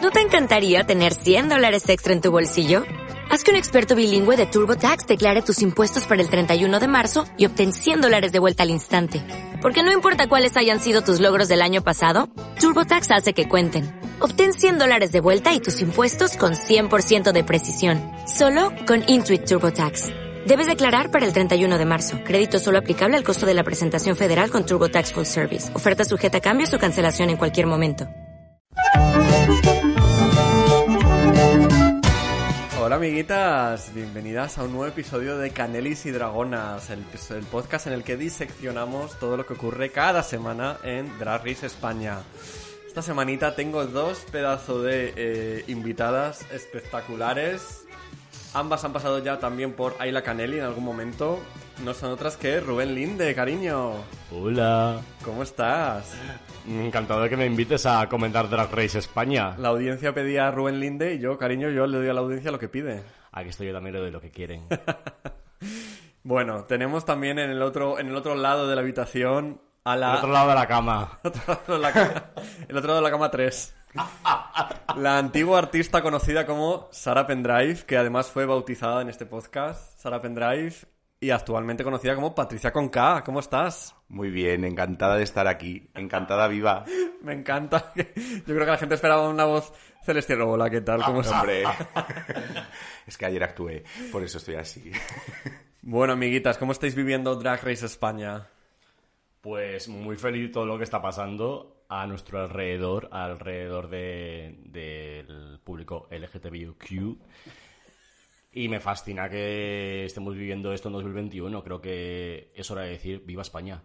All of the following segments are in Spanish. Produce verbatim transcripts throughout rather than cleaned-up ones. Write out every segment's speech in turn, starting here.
¿No te encantaría tener cien dólares extra en tu bolsillo? Haz que un experto bilingüe de TurboTax declare tus impuestos para el treinta y uno de marzo y obtén cien dólares de vuelta al instante. Porque no importa cuáles hayan sido tus logros del año pasado, TurboTax hace que cuenten. Obtén cien dólares de vuelta y tus impuestos con cien por ciento de precisión. Solo con Intuit TurboTax. Debes declarar para el treinta y uno de marzo. Crédito solo aplicable al costo de la presentación federal con TurboTax Full Service. Oferta sujeta a cambios o cancelación en cualquier momento. Hola amiguitas, bienvenidas a un nuevo episodio de Canelis y Dragonas, el, el podcast en el que diseccionamos todo lo que ocurre cada semana en Drag Race España. Esta semanita tengo dos pedazos de eh, invitadas espectaculares. Ambas han pasado ya también por Ayla Canelli en algún momento. No son otras que Rubén Linde, cariño. Hola. ¿Cómo estás? Encantado de que me invites a comentar Drag Race España. La audiencia pedía a Rubén Linde y yo, cariño, yo le doy a la audiencia lo que pide. Aquí estoy, yo también le doy lo que quieren. Bueno, tenemos también en el otro en el otro lado de la habitación a la... El otro lado de la cama. el otro lado de la cama, el otro lado de la cama tres. La antigua artista conocida como Sara Pendrive, que además fue bautizada en este podcast, Sara Pendrive, y actualmente conocida como Patricia con K. ¿Cómo estás? Muy bien, encantada de estar aquí, encantada viva. Me encanta. Yo creo que la gente esperaba una voz celestial. Hola, ¿qué tal? ¿Cómo ah, estás? Hombre, es que ayer actué, por eso estoy así. Bueno, amiguitas, ¿cómo estáis viviendo Drag Race España? Pues muy feliz todo lo que está pasando a nuestro alrededor, alrededor de, del público L G T B Q. Y me fascina que estemos viviendo esto en dos mil veintiuno. Creo que es hora de decir ¡viva España!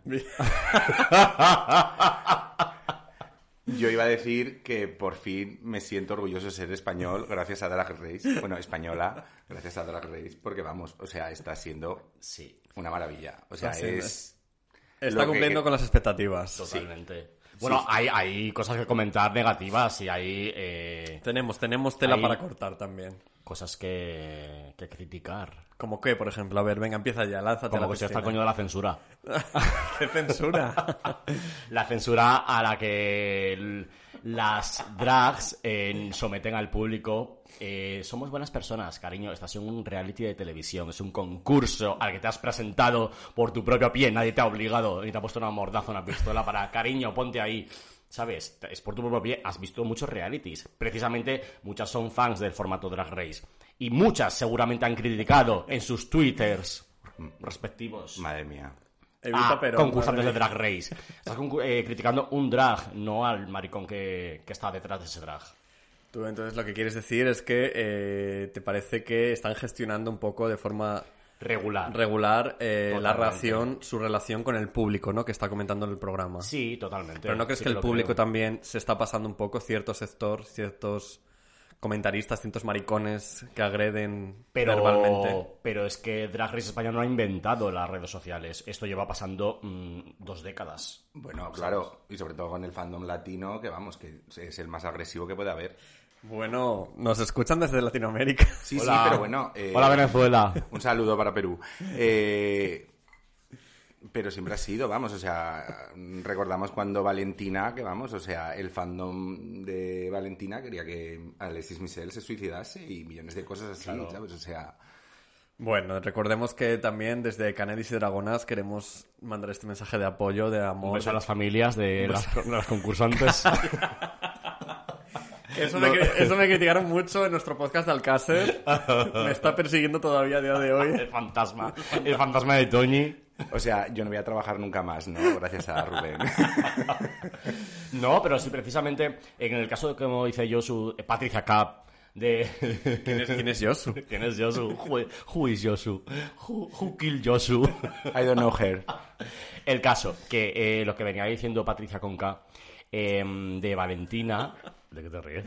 Yo iba a decir que por fin me siento orgulloso de ser español gracias a Drag Race. Bueno, española, gracias a Drag Race. Porque vamos, o sea, está siendo sí. una maravilla. O sea, sí, es... Está cumpliendo que... con las expectativas. Totalmente. Sí. Bueno, sí. hay, hay cosas que comentar negativas y hay... Eh... Tenemos, tenemos tela hay... para cortar también. Cosas que, que criticar. ¿Cómo qué, por ejemplo? A ver, venga, empieza ya, lánzate Como a la que se está piscina. el coño de la censura. ¿Qué censura? La censura a la que el, las drags eh, someten al público. Eh, somos buenas personas, cariño. Estás en un reality de televisión. Es un concurso al que te has presentado por tu propio pie. Nadie te ha obligado ni te ha puesto una mordaza, una pistola para, cariño, ponte ahí. ¿Sabes? Es por tu propio pie. Has visto muchos realities. Precisamente, muchas son fans del formato Drag Race. Y muchas seguramente han criticado en sus twitters respectivos. Madre mía. Evita, a pero, concursantes madre de Drag Race. Estás eh, criticando un drag, no al maricón que, que está detrás de ese drag. Tú entonces lo que quieres decir es que eh, te parece que están gestionando un poco de forma... Regular. Regular eh, la relación, su relación con el público, ¿no? Que está comentando en el programa. Sí, totalmente. Pero ¿no crees sí que el lo público creo. también se está pasando un poco cierto sector, ciertos comentaristas, ciertos maricones que agreden pero, verbalmente? Pero es que Drag Race España no ha inventado las redes sociales. Esto lleva pasando mmm, dos décadas. Bueno, claro, y sobre todo con el fandom latino, que vamos, que es el más agresivo que puede haber. Bueno, nos escuchan desde Latinoamérica. Sí, Hola. sí, pero bueno... Eh, Hola, Venezuela. Un saludo para Perú. Eh... Pero siempre ha sido, vamos, o sea, recordamos cuando Valentina, que vamos, o sea, el fandom de Valentina quería que Alexis Michel se suicidase y millones de cosas así, Claro. ¿sabes? O sea... Bueno, recordemos que también desde Canelis y Dragonas queremos mandar este mensaje de apoyo, de amor. Un beso a las familias de las, de las concursantes. Eso, me, eso me criticaron mucho en nuestro podcast de Alcácer. Me está persiguiendo todavía a día de hoy. El fantasma. El fantasma de Toñi. O sea, yo no voy a trabajar nunca más, ¿no? Gracias a Rubén. No, pero sí, precisamente, en el caso de, como dice Josu, Patricia Cap, de... ¿Quién es, quién es Yosu? ¿Quién es Josu? Who, who is Josu? Who, who killed Josu? I don't know her. El caso, que eh, lo que venía diciendo Patricia con K, eh, de Valentina... ¿De qué te ríes?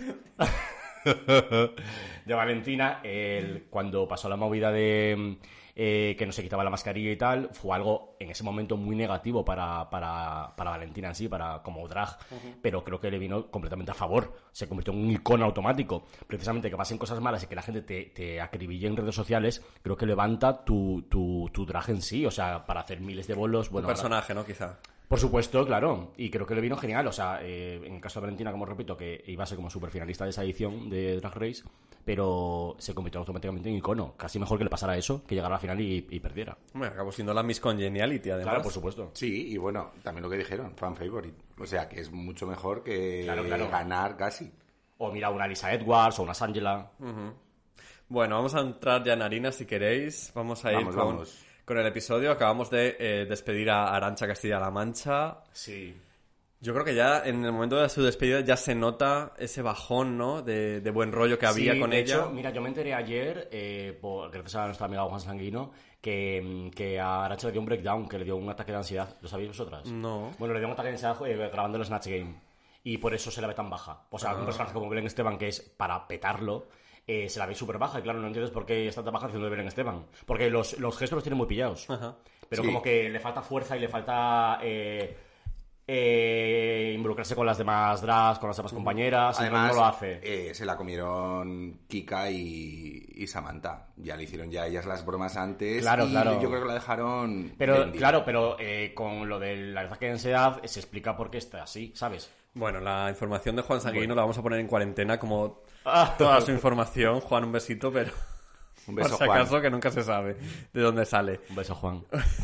De Valentina, el, cuando pasó la movida de... Eh, que no se quitaba la mascarilla y tal, fue algo en ese momento muy negativo para, para, para Valentina en sí, para como drag, uh-huh. Pero creo que le vino completamente a favor, se convirtió en un icono automático. Precisamente que pasen cosas malas y que la gente te, te acribille en redes sociales, creo que levanta tu, tu, tu drag en sí, o sea, para hacer miles de bolos. Bueno, un personaje, ahora, ¿no? Quizá. Por supuesto, claro, y creo que le vino genial, o sea, eh, en el caso de Valentina, como repito, que iba a ser como superfinalista de esa edición de Drag Race, pero se convirtió automáticamente en icono, casi mejor que le pasara eso, que llegara a la final y, y perdiera. Bueno, acabó siendo la Miss Congeniality, además. Claro, por supuesto. Sí, y bueno, también lo que dijeron, fan favorite. O sea, que es mucho mejor que Claro, claro. ganar casi. O mira, una Lisa Edwards o una Angela. Uh-huh. Bueno, vamos a entrar ya en harina si queréis. Vamos a ir Vamos, con, vamos. con el episodio. Acabamos de eh, despedir a Arantxa Castilla-La Mancha. Sí. Yo creo que ya en el momento de su despedida ya se nota ese bajón, ¿no? De, de buen rollo que había Sí, con de ella. hecho, mira, yo me enteré ayer, eh, por, gracias a nuestra amiga Juan Sanguino, que, que a Arantxa le dio un breakdown, que le dio un ataque de ansiedad. ¿Lo sabéis vosotras? No. Bueno, le dio un ataque de ansiedad eh, grabando el Snatch Game. Y por eso se la ve tan baja. O sea, Ah. un personaje como Belén Esteban, que es para petarlo, eh, se la ve súper baja. Y claro, no entiendes por qué está tan baja haciendo de Belén Esteban. Porque los, los gestos los tiene muy pillados. Ajá. Pero Sí. como que le falta fuerza y le falta... Eh, eh, involucrarse con las demás drags, con las demás compañeras, y no- Además, no lo hace. eh, se la comieron Kika y, y Samantha. Ya le hicieron ya ellas las bromas antes. Claro, y claro. yo creo que la dejaron. Pero, vendida. claro, pero eh, con lo de la ataque de ansiedad eh, se explica por qué está así, ¿sabes? Bueno, la información de Juan Sanguino la vamos a poner en cuarentena como Ah. toda su información. Juan, un besito, pero Un beso, por si Juan. acaso que nunca se sabe de dónde sale. Un beso, Juan.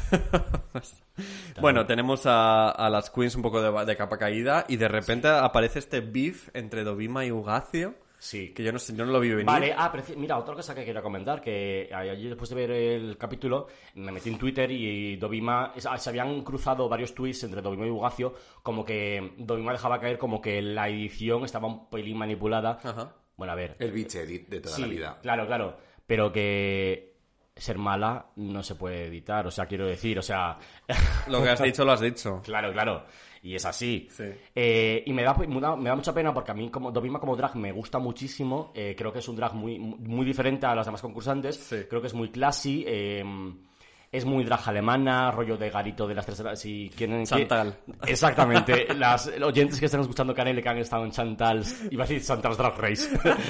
Bueno, tenemos a, a las queens un poco de, de capa caída y de repente aparece este beef entre Dovima y Ugacio, Sí. que yo no sé, yo no lo vi venir. Vale, ah, pero mira, otra cosa que quería comentar, que ayer después de ver el capítulo me metí en Twitter y Dovima, se habían cruzado varios tweets entre Dovima y Ugacio, como que Dovima dejaba caer como que la edición estaba un pelín manipulada. Ajá. Bueno, a ver. El bitch edit de toda Sí, la vida. claro, claro, pero que ser mala no se puede editar, o sea, quiero decir, o sea... Lo que has dicho, lo has dicho. Claro, claro. Y es así. Sí. Eh, y me da, me, da, me da mucha pena porque a mí como Dovima como drag me gusta muchísimo. Eh, creo que es un drag muy, muy diferente a las demás concursantes. Sí. Creo que es muy classy. Eh, es muy drag alemana, rollo de garito de las tres... Si quieren, Chantal. Que, exactamente. Las oyentes que están escuchando Canel que han estado en Chantal's... Iba a decir Chantal's Drag Race.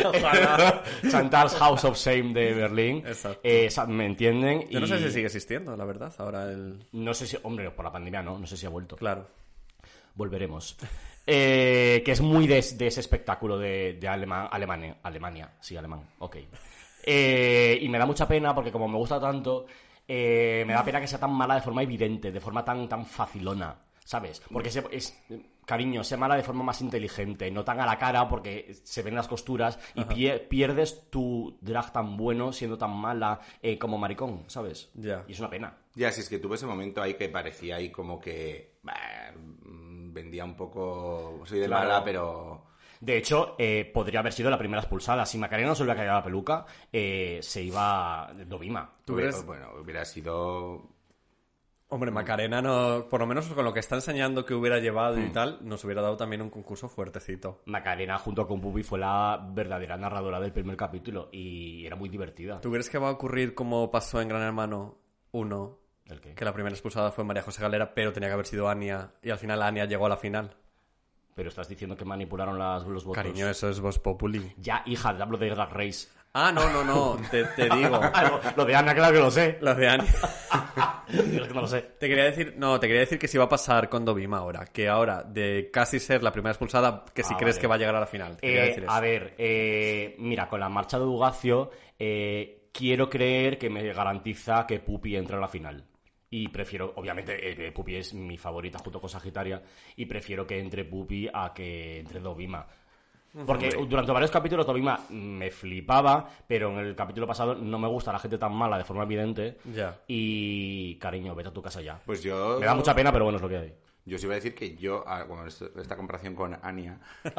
Chantal's House of Shame de Berlín. Exacto. Eh, ¿me entienden? Yo no Y sé si sigue existiendo, la verdad, ahora el... No sé si... Hombre, por la pandemia no. No sé si ha vuelto. Claro. Volveremos. Eh, que es muy de, de ese espectáculo de, de Alema- Alemania. Alemania, sí, alemán, ok. Eh, y me da mucha pena porque como me gusta tanto, eh, me da pena que sea tan mala de forma evidente, de forma tan, tan facilona, ¿sabes? Porque se- es, cariño, sé mala de forma más inteligente, no tan a la cara porque se ven las costuras y pie- pierdes tu drag tan bueno siendo tan mala eh, como maricón, ¿sabes? Ya. Y es una pena. Ya, si es que tuve ese momento ahí que parecía ahí como que... bah, mm, vendía un poco... Soy de Claro. mala, pero... De hecho, eh, podría haber sido la primera expulsada. Si Macarena no se le hubiera caído la peluca, eh, se iba Dovima. ¿Tú hubiera- crees? Bueno, hubiera sido... Hombre, Macarena, no, por lo menos con lo que está enseñando que hubiera llevado y tal, nos hubiera dado también un concurso fuertecito. Macarena junto con Pupi fue la verdadera narradora del primer capítulo y era muy divertida. ¿Tú crees que va a ocurrir como pasó en Gran Hermano uno? ¿El qué? Que la primera expulsada fue María José Galera, pero tenía que haber sido Ania, y al final Ania llegó a la final. Pero estás diciendo que manipularon las, los votos. Cariño, eso es Voz Populi. Ya, hija, te hablo de Drag Race. Ah, no, no, no, te, te digo. Ah, lo, lo de Ana, claro que lo sé. Lo de Ania. Es que no lo sé. Te quería decir, no, te quería decir que sí va a pasar con Dovima ahora. Que ahora, de casi ser la primera expulsada, que si Ah, crees vale. que va a llegar a la final. Te quería Eh, decir eso. a ver, eh, mira, con la marcha de Ugacio, eh, quiero creer que me garantiza que Pupi entra a la final. Y prefiero, obviamente, eh, Pupi es mi favorita junto con Sagitaria, y prefiero que entre Pupi a que entre Dovima. Porque durante varios capítulos Dovima me flipaba, pero en el capítulo pasado no me gusta la gente tan mala de forma evidente. Ya. Y, cariño, vete a tu casa ya. Pues yo... Me da mucha pena, pero bueno, es lo que hay. Yo os iba a decir que yo, ah, bueno, esto- esta comparación con Ania, dije...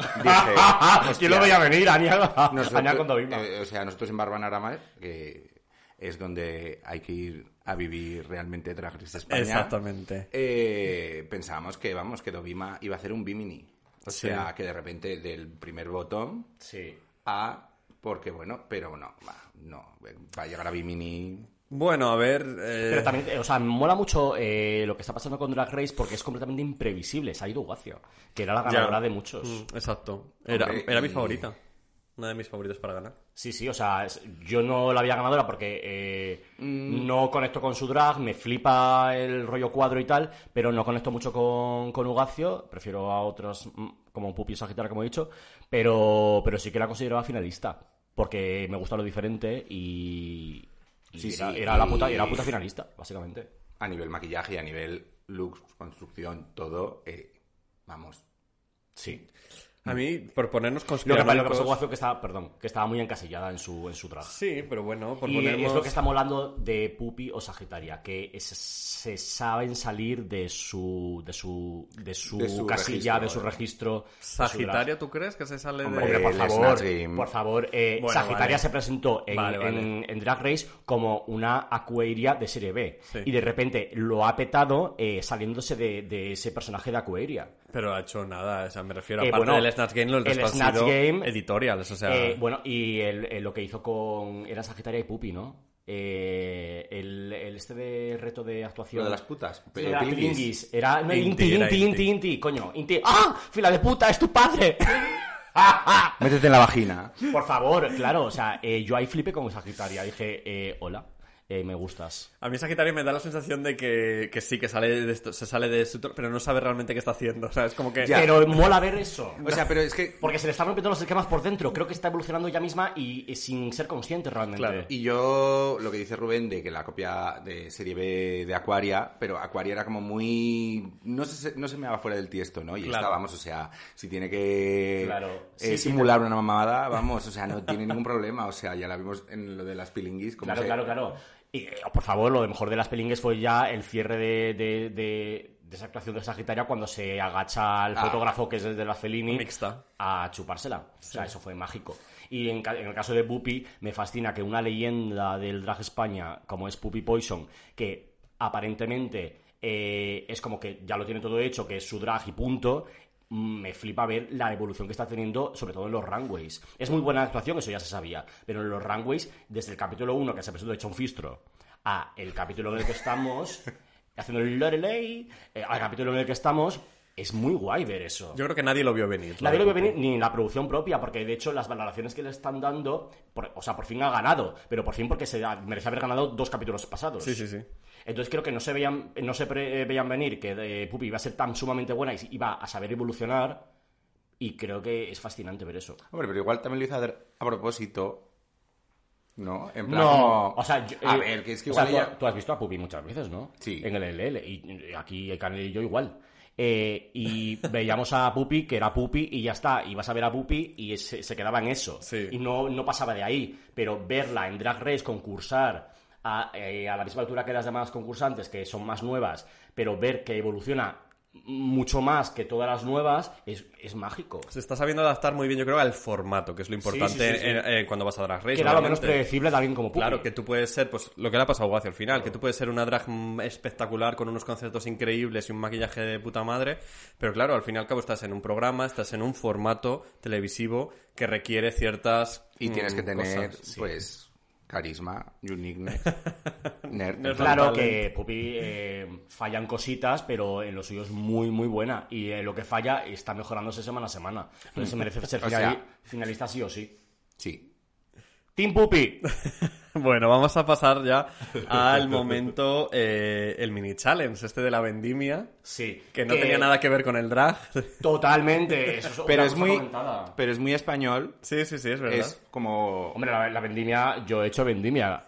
¿Quién lo veía venir? Ania, nosotros- Ania con Dovima. eh, o sea, nosotros en Barbanarama, que es donde hay que ir a vivir realmente Drag Race España. Exactamente. eh, pensábamos que, vamos, que Dovima iba a hacer un bimini. O Sí. sea, que de repente del primer botón Sí. a... Porque bueno, pero no, va, no, va a llegar a bimini... Bueno, a ver... eh, Pero también, eh, o sea, me mola mucho eh, lo que está pasando con Drag Race porque es completamente imprevisible. Se ha ido Ugacio, que era la ganadora ya. de muchos. Mm, exacto. Era, Hombre, era mi y- favorita. Una de mis favoritos para ganar. Sí, sí, o sea, es- yo no la había ganadora porque eh, Mm. no conecto con su drag, me flipa el rollo cuadro y tal, pero no conecto mucho con, con Ugacio, prefiero a otros mm, como Pupi y Sagitaria, como he dicho, pero, pero sí que la consideraba finalista, porque me gusta lo diferente y, y Sí, era, sí, era la y- puta, era la puta finalista, básicamente. A nivel maquillaje y a nivel looks, construcción, todo, eh, vamos. Sí. A mí, por ponernos Lo que, pasa- conspiranoicos... lo que pasó con Ugacio que estaba, perdón, que estaba muy encasillada en su, en su drag. Sí, pero bueno, por Y ponernos... es lo que está molando de Pupi o Sagitaria, que es- se saben salir de su de su de su, De su casilla, registro, de su eh. registro. de su ¿Sagitario tú crees que se sale Hombre, de...? Hombre, por El favor, Snatch Game. por favor, eh, Bueno, Sagitaria vale. se presentó en, Vale, vale. en- en Drag Race como una Aquaria de serie B Sí. y de repente lo ha petado eh, saliéndose de, de ese personaje de Aquaria. Pero ha hecho nada, o sea, me refiero, Eh, aparte bueno, del Snatch Game, el el resto ha Snatch sido Game- editoriales, o sea... Eh, bueno, y el- el- lo que hizo con... Era Sagitaria y Pupi, ¿no? Eh, el, el este de reto de actuación... Lo de las putas. Sí, era Pilinguis. Pilinguis. Era... No, Inti, Inti, era Inti, Inti. Inti, Inti, coño. Inti. ¡Ah! ¡Fila de puta! ¡Es tu padre! Métete en la vagina. Por favor, claro. O sea, eh, yo ahí flipé con Sagitaria. Dije, eh, hola, eh, me gustas. A mí Sagitario me da la sensación de que, que sí, que sale de esto, se sale de su... pero no sabe realmente qué está haciendo, o sea, es como que... Ya. Pero mola ver eso. O sea, pero es que... Porque se le están rompiendo los esquemas por dentro. Creo que está evolucionando ella misma y, y sin ser consciente realmente. Claro. Y yo, lo que dice Rubén, de que la copia de serie B de Aquaria, pero Aquaria era como muy... No se, no se me daba fuera del tiesto, ¿no? Y Claro. esta, vamos, o sea, si tiene que Claro. eh, Sí, sí, simular una mamada, vamos, o sea, no tiene ningún problema. O sea, ya la vimos en lo de las pilinguis. Como Claro, se- claro, claro. Y, eh, por favor, lo mejor de las pelingues fue ya el cierre de, de, de, de esa actuación de Sagitaria cuando se agacha al Ah. fotógrafo que es desde la Fellini Mixta. a chupársela. O sea, eso fue mágico. Y en, ca- en el caso de Pupi, me fascina que una leyenda del drag España, como es Pupi Poison, que aparentemente eh, es como que ya lo tiene todo hecho, que es su drag y punto, me flipa ver la evolución que está teniendo, sobre todo en los runways. Es muy buena actuación, eso ya se sabía, pero en los runways, desde el capítulo uno, que se presentó hecho un fistro, a el capítulo en el que estamos, haciendo el Lorelei, eh, al capítulo en el que estamos, es muy guay ver eso. Yo creo que nadie lo vio venir. la Nadie lo vio verdad. venir, ni la producción propia, porque de hecho las valoraciones que le están dando, por- o sea, por fin ha ganado, pero por fin porque se ha- merece haber ganado dos capítulos pasados. Sí, sí, sí. Entonces creo que no se veían, no se pre- veían venir que eh, Pupi iba a ser tan sumamente buena y iba a saber evolucionar, y creo que es fascinante ver eso. Hombre, pero igual también lo hizo a, a propósito, ¿no? En plan No, como- o sea, yo- a eh, ver, que es que o sea, igual tú, ella... tú has visto a Pupi muchas veces, ¿no? Sí. En el L L, y aquí Canel y yo igual. Eh, y veíamos a Pupi, que era Pupi, y ya está. Ibas a ver a Pupi y se, se quedaba en eso. Sí. Y no, no pasaba de ahí. Pero verla en Drag Race concursar a, eh, a la misma altura que las demás concursantes, que son más nuevas, pero ver que evoluciona mucho más que todas las nuevas, es, es mágico. Se está sabiendo adaptar muy bien, yo creo, al formato, que es lo importante Sí, sí, sí, sí. en- en- cuando vas a Drag Race. Que era lo menos obviamente. predecible de alguien como Pupi. Claro, que tú puedes ser, pues, lo que le ha pasado a Guacio al final, que tú puedes ser una drag mm, espectacular con unos conceptos increíbles y un maquillaje de puta madre, pero claro, al fin y al cabo estás en un programa, estás en un formato televisivo que requiere ciertas Y tienes mm, que tener, cosas. pues, carisma, uniqueness, nerd. Nerd. Claro Talent. que Pupi eh, fallan cositas, pero en lo suyo es muy, muy buena. Y en lo que falla está mejorándose semana a semana. Entonces se merece ser O finali- sea- finalista sí o sí. Sí. ¡Team Pupi! Bueno, vamos a pasar ya al momento, eh, el mini challenge, este de la vendimia, Sí. que no tenía nada que ver con el drag. Totalmente. Eso es Pero otra es cosa muy, comentada. pero es muy español. Sí, sí, sí, es verdad. Es como... Hombre, la, la vendimia, yo he hecho vendimia.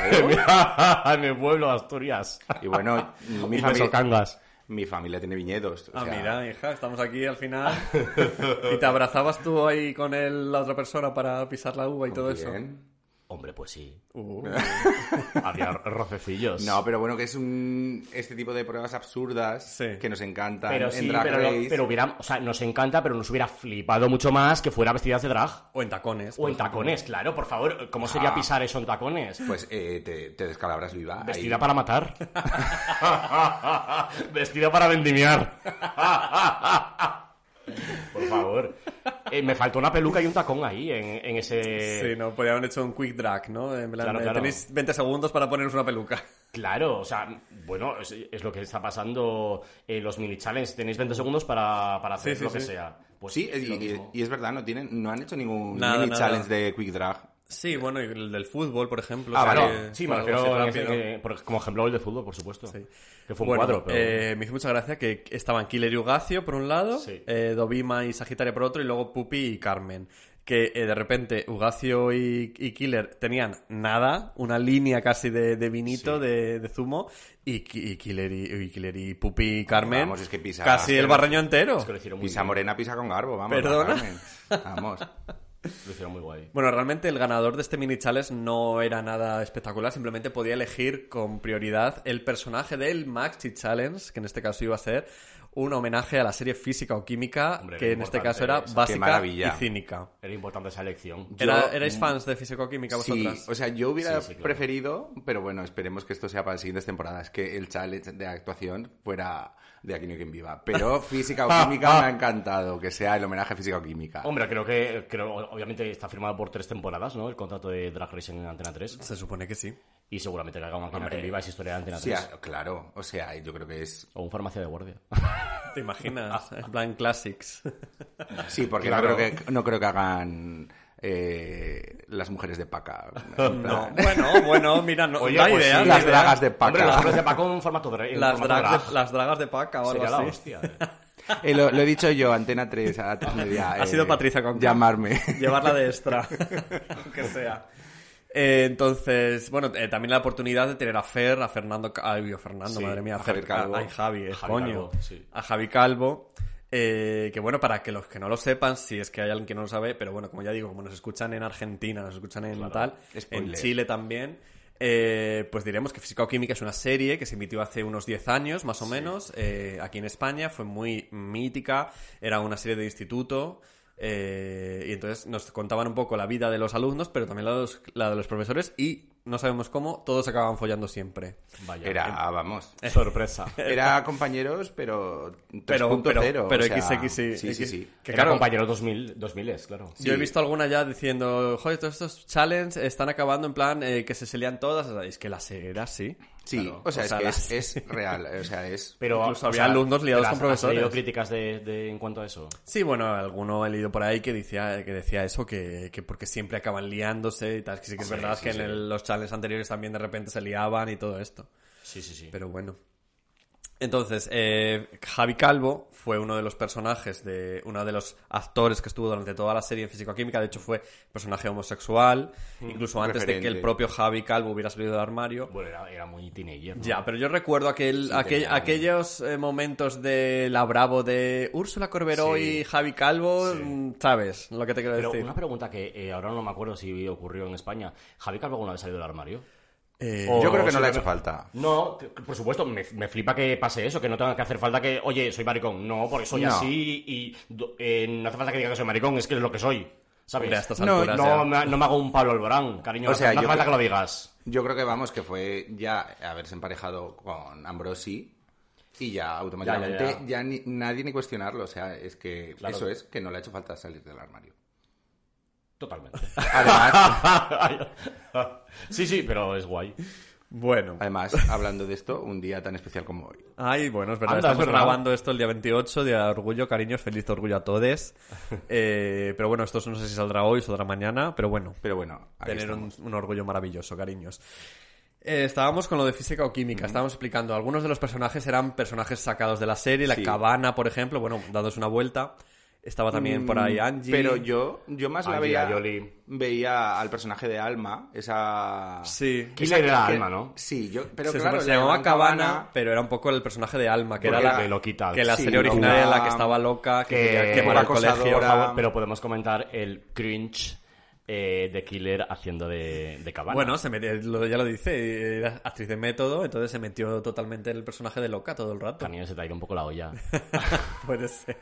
en mi pueblo, Asturias. Y bueno, mi Y familia, Mesocangas. mi familia tiene viñedos. o Ah, sea, mira, hija, estamos aquí al final. ¿Y te abrazabas tú ahí con el- la otra persona para pisar la uva y todo eso? bien. Hombre, pues sí. Uh. Había rocecillos. No, pero bueno, que es un este tipo de pruebas absurdas Sí. que nos encantan Pero en sí, Drag pero, lo- Race. pero hubiera, o sea, nos encanta, pero nos hubiera flipado mucho más que fuera vestidas de drag. O en tacones. O por en ejemplo. tacones, claro, por favor. ¿Cómo sería Ah. pisar eso en tacones? Pues eh, te, te descalabras viva. ahí. Vestida para matar. Vestida para vendimiar. Por favor. Eh, me faltó una peluca y un tacón ahí, en, en ese... Sí, no, podrían haber hecho un quick drag, ¿no? En plan, Claro, eh, claro. tenéis veinte segundos para poneros una peluca. Claro, o sea, bueno, es, es lo que está pasando en los mini challenges. Tenéis veinte segundos para, para hacer Sí, sí, lo que sí. sea. Pues sí, es lo y, mismo. y es verdad, no tienen, no han hecho ningún Nada, mini nada. challenge de Quick Drag. Sí, bueno, y el del fútbol, por ejemplo. Ah, o sea, vale. que- Sí, me algo refiero así en ese rápido. que- por- como ejemplo el de fútbol, por supuesto. Sí. Que fue un Bueno, cuadro, pero... eh, me hizo mucha gracia que estaban Killer y Ugacio por un lado, Sí. eh, Dovima y Sagitaria por otro, y luego Pupi y Carmen. Que eh, de repente Ugacio y, y Killer tenían nada, una línea casi de, de vinito, Sí. de, de zumo, y, Ki- y, Killer y, y Killer y Pupi y Carmen, Vamos, es que pisa- casi es que el no- barreño entero. Es que lo hicieron muy Pisa bien. morena, pisa con garbo, vamos. ¿Perdona? la Carmen. Vamos. Lo hicieron muy guay. Bueno, realmente el ganador de este mini challenge no era nada espectacular, simplemente podía elegir con prioridad el personaje del Maxi Challenge, que en este caso iba a ser un homenaje a la serie Física o Química, Hombre, que era en este importante caso era eso. Qué básica y maravilla. cínica. Era importante esa elección. Era- Yo- ¿Erais fans de Física o Química Sí, vosotras? o sea, yo hubiera Sí, sí, claro. preferido, pero bueno, esperemos que esto sea para las siguientes temporadas, que el challenge de actuación fuera de Aquí no hay quien viva. Pero Física o Química me ha encantado, que sea el homenaje a Física o Química. Hombre, creo que creo, obviamente está firmado por tres temporadas, ¿no? El contrato de Drag Race en Antena tres. Se supone que sí. Y seguramente que haga una Hombre. que viva esa historia de Antena Sí, tres. ah, claro, o sea, yo creo que es... O un farmacia de guardia. ¿Te imaginas? En plan Classics. Sí, porque Claro. no, creo que, no creo que hagan eh, las mujeres de Paca. En No, plan, bueno, bueno, mira, no, Oye, da pues idea, sí, da las idea. dragas de Hombre, los Paca. hombres de Paco en formato, dra- en Las, formato drag drag. de, las dragas de Paca o algo Sería la así. hostia. eh. Eh, lo, lo he dicho yo, Antena tres, a tres media. Ha eh, sido Patricia Conca. Llamarme. Llevarla de extra, aunque sea. Eh, entonces, bueno, eh, también la oportunidad de tener a Fer, a Fernando, Ca- ay, a Fernando, Sí, madre mía, a Fer, Javi Calvo. a, ay, Javi, eh, Javi coño, Calvo, sí. a Javi Calvo, eh, que bueno, para que los que no lo sepan, si es que hay alguien que no lo sabe, pero bueno, como ya digo, como nos escuchan en Argentina, nos escuchan en Claro, tal, en spoiler. Chile también, eh, pues diremos que Física o Química es una serie que se emitió hace unos diez años, más o menos, eh, aquí en España, fue muy mítica, era una serie de instituto. Eh, y entonces nos contaban un poco la vida de los alumnos, pero también la de los, la de los profesores, y no sabemos cómo, todos acababan follando siempre. Vaya. Era, vamos. sorpresa. Era compañeros, pero Pero, tres punto pero, cero, pero o sea, X X, sí. Sí, sí, X- sí. Que Era claro, compañero dos mil, dos mil, claro. yo he sí. visto alguna ya diciendo, joder, todos estos challenges están acabando en plan eh, que se se lían todas. O sea, es que la serie era así. Sí, Claro, o sea, o es sea, que las- es, es real, o sea, es... Pero, Incluso o había sea, alumnos liados ¿has- con profesores. ¿Has leído críticas de, de- en cuanto a eso? Sí, bueno, alguno he leído por ahí que decía, que decía eso, que, que porque siempre acaban liándose y tal. Que sí que es Sí, verdad sí, que sí. en el- los challenges anteriores también de repente se liaban y todo esto. Sí, sí, sí. Pero bueno. Entonces, eh, Javi Calvo fue uno de los personajes de uno de los actores que estuvo durante toda la serie en Físico-Química. De hecho, fue personaje homosexual, incluso antes de que referente. el propio Javi Calvo hubiera salido del armario. Bueno, era, era muy teenager, ¿no? Ya, pero yo recuerdo aquel, Sí, aquel- tenía- aquellos eh, momentos de la Bravo de Úrsula Corberó Sí. y Javi Calvo, Sí. mm, ¿sabes lo que te quiero Pero decir? una pregunta que eh, ahora no me acuerdo si ocurrió en España. ¿Javi Calvo alguna vez salido del armario? Eh, O- Yo creo que no le ha sí, hecho falta. No, que- por supuesto, me, me flipa que pase eso, que no tenga que hacer falta que, oye, soy maricón. No, porque soy No. así y do- eh, no hace falta que diga que soy maricón, es que es lo que soy. ¿Sabes? Hombre, a estas No, alturas no, ya. me, no me hago un Pablo Alborán, cariño. O no sea, hace yo falta creo- que lo digas. Yo creo que, vamos, que fue ya haberse emparejado con Ambrosi y ya automáticamente Ya, ya, ya, ya. ni, nadie ni cuestionarlo. O sea, es que Claro. eso es, que no le ha hecho falta salir del armario. Totalmente. Además, sí, sí, pero es guay. Bueno. además, hablando de esto, un día tan especial como hoy. Ay, bueno, es verdad, Anda, estamos es verdad. grabando esto el día veintiocho, día de orgullo, cariños, feliz orgullo a todos. Eh, pero bueno, esto no sé si saldrá hoy o saldrá mañana, pero bueno, Pero bueno, ahí tener un, estamos. un orgullo maravilloso, cariños. Eh, estábamos con lo de física o química, estábamos explicando, algunos de los personajes eran personajes sacados de la serie, la Sí. Cabana, por ejemplo, bueno, dándose una vuelta, estaba también por ahí Angie. Pero yo, yo más la Angie, veía, la Yoli. veía al personaje de Alma, esa... Sí. Killer era que- Alma, ¿no? Sí, yo, pero se, claro, se le llamaba llamaban Cabana, pero era un poco el personaje de Alma, que Porque era era la de loquita. que la Sí, serie original era la que loca, estaba loca, que, que quería quemar era el colegio. acosadora. Por favor, pero podemos comentar el cringe eh, de Killer haciendo de, de Cabana. Bueno, se metió, lo- ya lo dice, era actriz de método, entonces se metió totalmente en el personaje de loca todo el rato. También se te ha ido un poco la olla. Puede ser.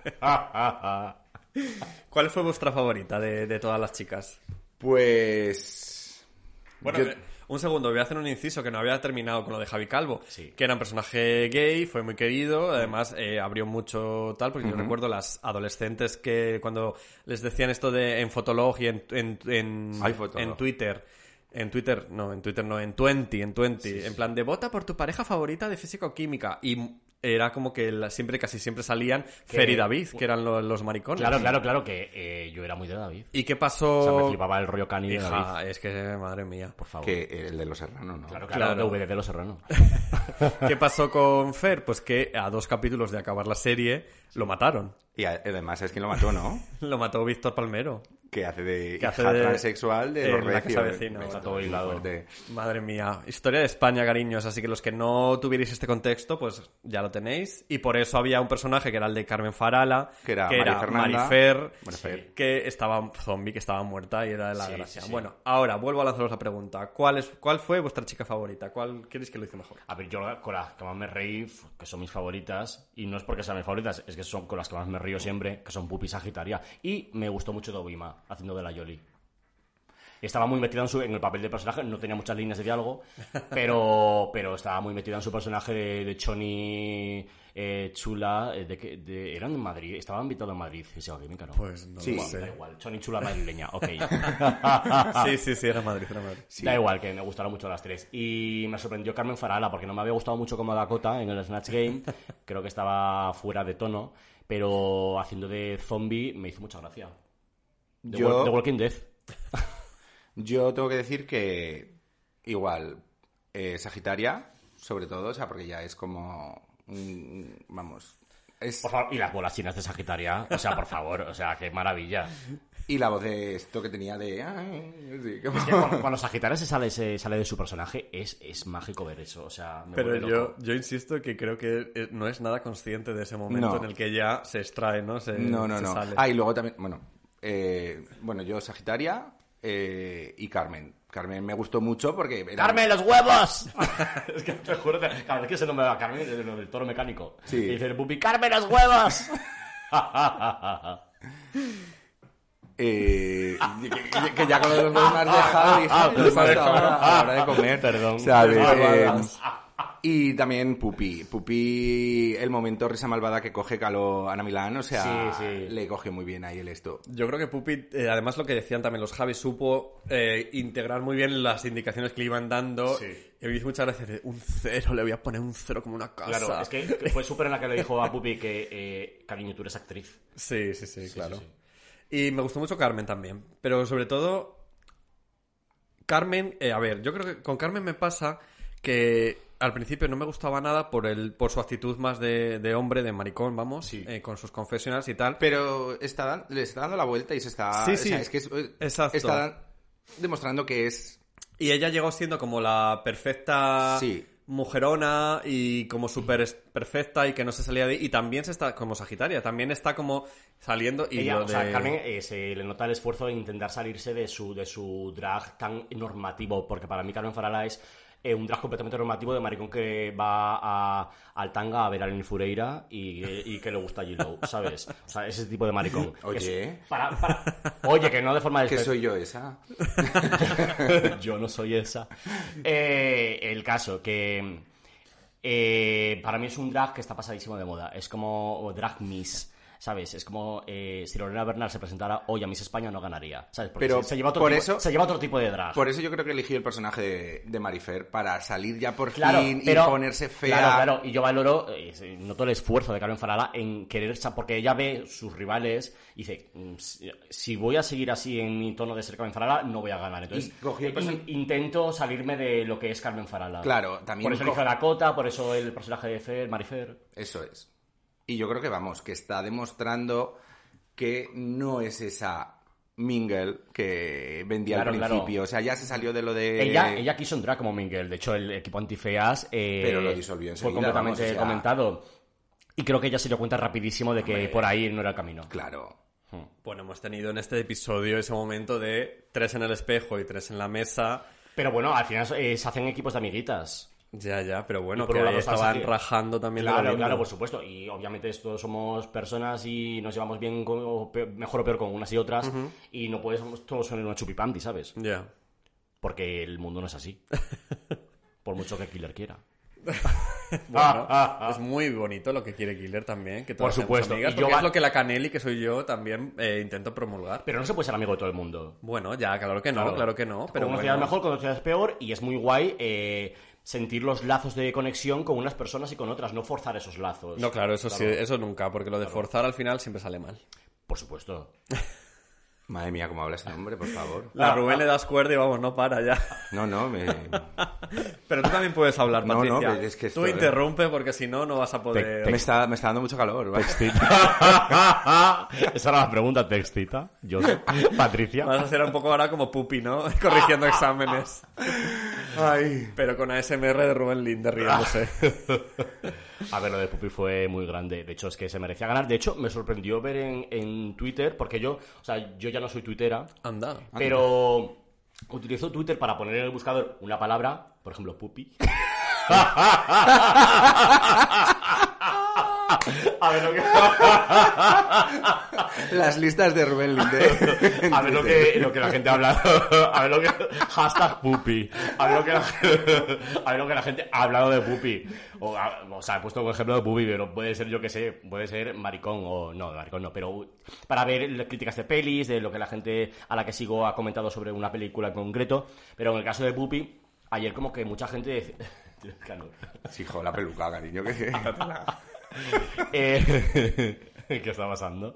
¿Cuál fue vuestra favorita de, de todas las chicas? Pues... Bueno, yo- eh, un segundo, voy a hacer un inciso que no había terminado con lo de Javi Calvo, Sí. que era un personaje gay, fue muy querido, además eh, abrió mucho tal, porque yo recuerdo las adolescentes que cuando les decían esto de en Fotolog y en, en, en, Ay, Fotolog. en Twitter, en Twitter, no, en Twitter no, en veinte, en veinte, en plan de vota por tu pareja favorita de física o química, y era como que la, siempre, casi siempre salían Fer y David, que eran los, los maricones. Claro, claro, claro, que eh, yo era muy de David. ¿Y qué pasó? O sea, me flipaba el rollo cani de Hija, David. es que, madre mía. Por favor. Que el de Los Serranos, ¿no? Claro, claro, Claro. D V D de Los Serranos. ¿Qué pasó con Fer? Pues que a dos capítulos de acabar la serie lo mataron. Y además, ¿sabes quién lo mató, no? Lo mató Víctor Palmero. Que hace de Que hace hija de- transexual de los en La Recio. Casa Vecina, Está bueno. todo hilado. Fuerte. Madre mía. Historia de España, cariños. Así que los que no tuvierais este contexto, pues ya lo tenéis. Y por eso había un personaje que era el de Carmen Farala, Que era María Fernanda. Marifer, Marifer. que estaba zombie, que estaba muerta y era de la Sí, gracia. sí, sí. Bueno, ahora vuelvo a lanzaros la pregunta. ¿Cuál, es, ¿Cuál fue vuestra chica favorita? ¿Cuál queréis que lo hice mejor? A ver, yo con las que más me reí, que son mis favoritas, y no es porque sean mis favoritas, es que son con las que más me río siempre, que son Pupi y Sagitaria. Y me gustó mucho Dobima, haciendo de la Yoli. Estaba muy metida en, su, en el papel de personaje, no tenía muchas líneas de diálogo, pero, pero estaba muy metida en su personaje de, de Choni eh, Chula, eh, de, que- de, eran en Madrid, estaba invitado en Madrid, ese química, ¿no? Pues no Sí. lo Da sé. igual, Choni Chula madrileña, ok. Sí, sí, sí, era Madrid, era Madrid. Sí. Da igual, que me gustaron mucho las tres. Y me sorprendió Carmen Farala, porque no me había gustado mucho como Dakota en el Snatch Game. Creo que estaba fuera de tono, pero haciendo de zombie me hizo mucha gracia. The, Yo- Wal- The Walking Dead. Yo tengo que decir que igual, eh, Sagitaria, sobre todo, o sea, porque ya es como... mm, vamos... Es, Por favor, y las bolas chinas de Sagitaria, o sea, por favor, o sea, qué maravilla. y la voz de esto que tenía de... ay, sí, como- Es que cuando, cuando Sagitaria se sale, se sale de su personaje, es, es mágico ver eso, o sea, me Pero vuelve yo, loco. yo insisto que creo que eh, no es nada consciente de ese momento No. en el que ya se extrae, ¿no? Se, No, no, se no. sale. Ah, y luego también, bueno, eh, bueno, yo Sagitaria eh, y Carmen. Carmen me gustó mucho porque... era- ¡Carmen, los huevos! Es que te juro que cada vez que se nombra a Carmen, de lo del toro mecánico. Sí. Y dice el pupi, ¡Carmen, los huevos! Eh, que, que- que ya con los dos me has dejado y Ah, dije, me has hasta ahora, a la hora de comer. Perdón. ¿Sabes? Perdón. Eh, y también Pupi. Pupi, el momento risa malvada que coge Caló Ana Milán, o sea, Sí, sí. le cogió muy bien ahí el esto. Yo creo que Pupi, eh, además lo que decían también los Javis, supo eh, integrar muy bien las indicaciones que le iban dando. Sí. Y me hizo muchas gracias de un cero, le voy a poner un cero como una casa. Claro, es que que fue súper en la que le dijo a Pupi que, eh, cariño, tú eres actriz. Sí, sí, sí, claro. sí, Y me gustó mucho Carmen también. Pero sobre todo, Carmen, eh, a ver, yo creo que con Carmen me pasa que al principio no me gustaba nada por el por su actitud más de, de hombre, de maricón, vamos, Sí. eh, con sus confesionales y tal. Pero está, dan- le está dando la vuelta y se está... Sí, o sea, sí. es que es- Exacto. está demostrando que es... Y ella llegó siendo como la perfecta Sí. mujerona y como súper es- perfecta y que no se salía de... Y también se está como Sagitaria, también está como saliendo y Ella, lo o sea, de- Carmen eh, se le nota el esfuerzo de intentar salirse de su, de su drag tan normativo, porque para mí Carmen Farala es eh, un drag completamente normativo de maricón que va a, al tanga a ver a Lenny Fureira y, y que le gusta G-Lo, ¿sabes? O sea, ese tipo de maricón. Oye. Es para- para- Oye, que no de forma ¿Qué despe- soy yo esa? Yo no soy esa. Eh, el caso, que eh, para mí es un drag que está pasadísimo de moda. Es como drag miss, ¿sabes? Es como eh, si Lorena Bernal se presentara hoy a Miss España no ganaría, ¿sabes? Porque Pero se, se lleva otro por tipo, eso- se lleva otro tipo de drag. Por eso yo creo que eligió el personaje de, de Marifer, para salir ya por Claro, fin pero, y ponerse fea. Claro, claro, y yo valoro, eh, noto el esfuerzo de Carmen Farala en querer, sa- porque ella ve sus rivales y dice, "Mm, si, si voy a seguir así en mi tono de ser Carmen Farala, no voy a ganar. Entonces, Y cogió el person- in- intento salirme de lo que es Carmen Farala. Claro, también Por eso co- elijo a Dakota, por eso el personaje de Fer, Marifer. Eso es. Y yo creo que, vamos, que está demostrando que no es esa Mingle que vendía Claro, al claro. principio. O sea, ya se salió de lo de... Ella, ella quiso entrar como Mingle, de hecho el equipo antifeas eh, Pero lo disolvió fue enseguida, completamente vamos, o sea- comentado. Y creo que ella se dio cuenta rapidísimo de que Hombre. por ahí no era el camino. Claro. Bueno, hemos tenido en este episodio ese momento de tres en el espejo y tres en la mesa. Pero bueno, al final eh, se hacen equipos de amiguitas. Ya, ya, pero bueno, Y por que un ahí lado está estaban Sagi- rajando también de lo Claro, lindo. claro, por supuesto. Y obviamente todos somos personas y nos llevamos bien, con, o pe- mejor o peor con unas y otras. Y no podemos todos ser una chupipanti, ¿sabes? Ya. Porque el mundo no es así. Por mucho que Killer quiera. Bueno, es muy bonito lo que quiere Killer también, que todas Por supuesto. seamos amigas, Y yo porque va- es lo que la Caneli, que soy yo, también eh, intento promulgar. Pero no se puede ser amigo de todo el mundo. Bueno, ya, claro que no, claro, que no, pero con unos bueno. días mejor, con otros días peor, y es muy guay eh, sentir los lazos de conexión con unas personas y con otras, no forzar esos lazos. No, claro, eso Claro. sí, eso nunca, porque lo de Claro. forzar al final siempre sale mal. Por supuesto. Madre mía, cómo habla ese hombre, por favor. La Rubén le das cuerda y vamos, no para ya. No, no, me... Pero tú también puedes hablar, No, Patricia. no, pero es que tú esto- interrumpe porque si no, no vas a poder... me, está, me está dando mucho calor. ¿vale? Esa era la pregunta, ¿te excita? Yo, Patricia. Vas a ser un poco ahora como Pupi, ¿no? Corrigiendo exámenes. Ay. Pero con A S M R de Rubén Linde riéndose. A ver, lo de Pupi fue muy grande. De hecho, es que se merecía ganar. De hecho, me sorprendió ver en, en Twitter, porque yo, o sea, yo ya no soy tuitera, Anda. pero utilizo Twitter para poner en el buscador una palabra, por ejemplo, Pupi. A ver lo que... Las listas de Rubén Linde. A ver lo que, lo que la gente habla. A ver lo que... Hashtag Pupi. A ver lo que la, a ver lo que la gente ha hablado de Pupi. O, a- o sea, he puesto un ejemplo de Pupi, pero puede ser, yo que sé, puede ser maricón o... No, maricón no, pero para ver las críticas de pelis, de lo que la gente a la que sigo ha comentado sobre una película en concreto. Pero en el caso de Pupi, ayer como que mucha gente... Dice... Tienes calor. Sí, hijo, la peluca, cariño. Que... Eh, ¿Qué está pasando?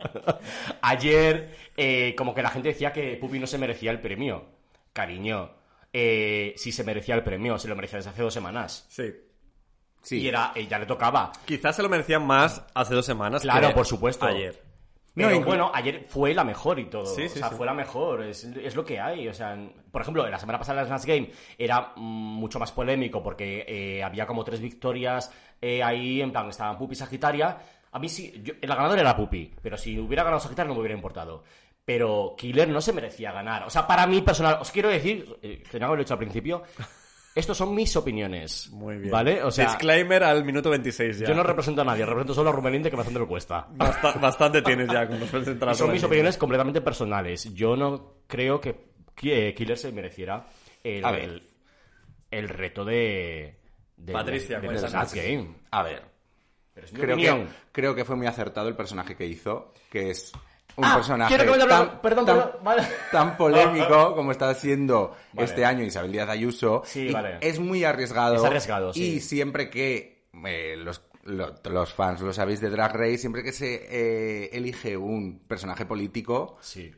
Ayer, eh, como que la gente decía que Pupi no se merecía el premio. Cariño, eh, sí se merecía el premio, se lo merecía desde hace dos semanas. Sí. Sí. Y era, eh, ya le tocaba. Quizás se lo merecían más hace dos semanas Claro, que por supuesto. ayer. Pero No, inclu- bueno, ayer fue la mejor y todo. Sí, o sí, sea, sí. fue la mejor. Es, es lo que hay. O sea, en- por ejemplo, la semana pasada en el Snatch Game era mm, mucho más polémico porque eh, había como tres victorias eh, ahí, en plan, estaban Pupi y Sagitaria. A mí sí, yo, el ganador era Pupi, pero si hubiera ganado Sagitaria no me hubiera importado. Pero Killer no se merecía ganar. O sea, para mí personal, os quiero decir, eh, que no lo he hecho al principio, estos son mis opiniones. Muy bien. ¿Vale? O sea, Disclaimer al minuto veintiséis ya. yo no represento a nadie, represento solo a Rubén Linde, que bastante me cuesta. Basta- bastante tienes ya con los presentar a Y son Rubén mis Linde. opiniones completamente personales. Yo no creo que que Killer se mereciera el, A ver. el, el reto de... de Patricia, de, ¿cuál de es Snatch el Game. A ver, Pero es mi creo opinión. que, creo que fue muy acertado el personaje que hizo, que es un Ah, personaje quiero que me tan, hable- perdón, tan- perdón, vale. tan polémico como está siendo Vale. este año Isabel Díaz Ayuso. Sí, y vale. Es muy arriesgado. Es arriesgado, sí. Y siempre que eh, los, lo- los fans lo sabéis de Drag Race, siempre que se eh, elige un personaje político, Sí.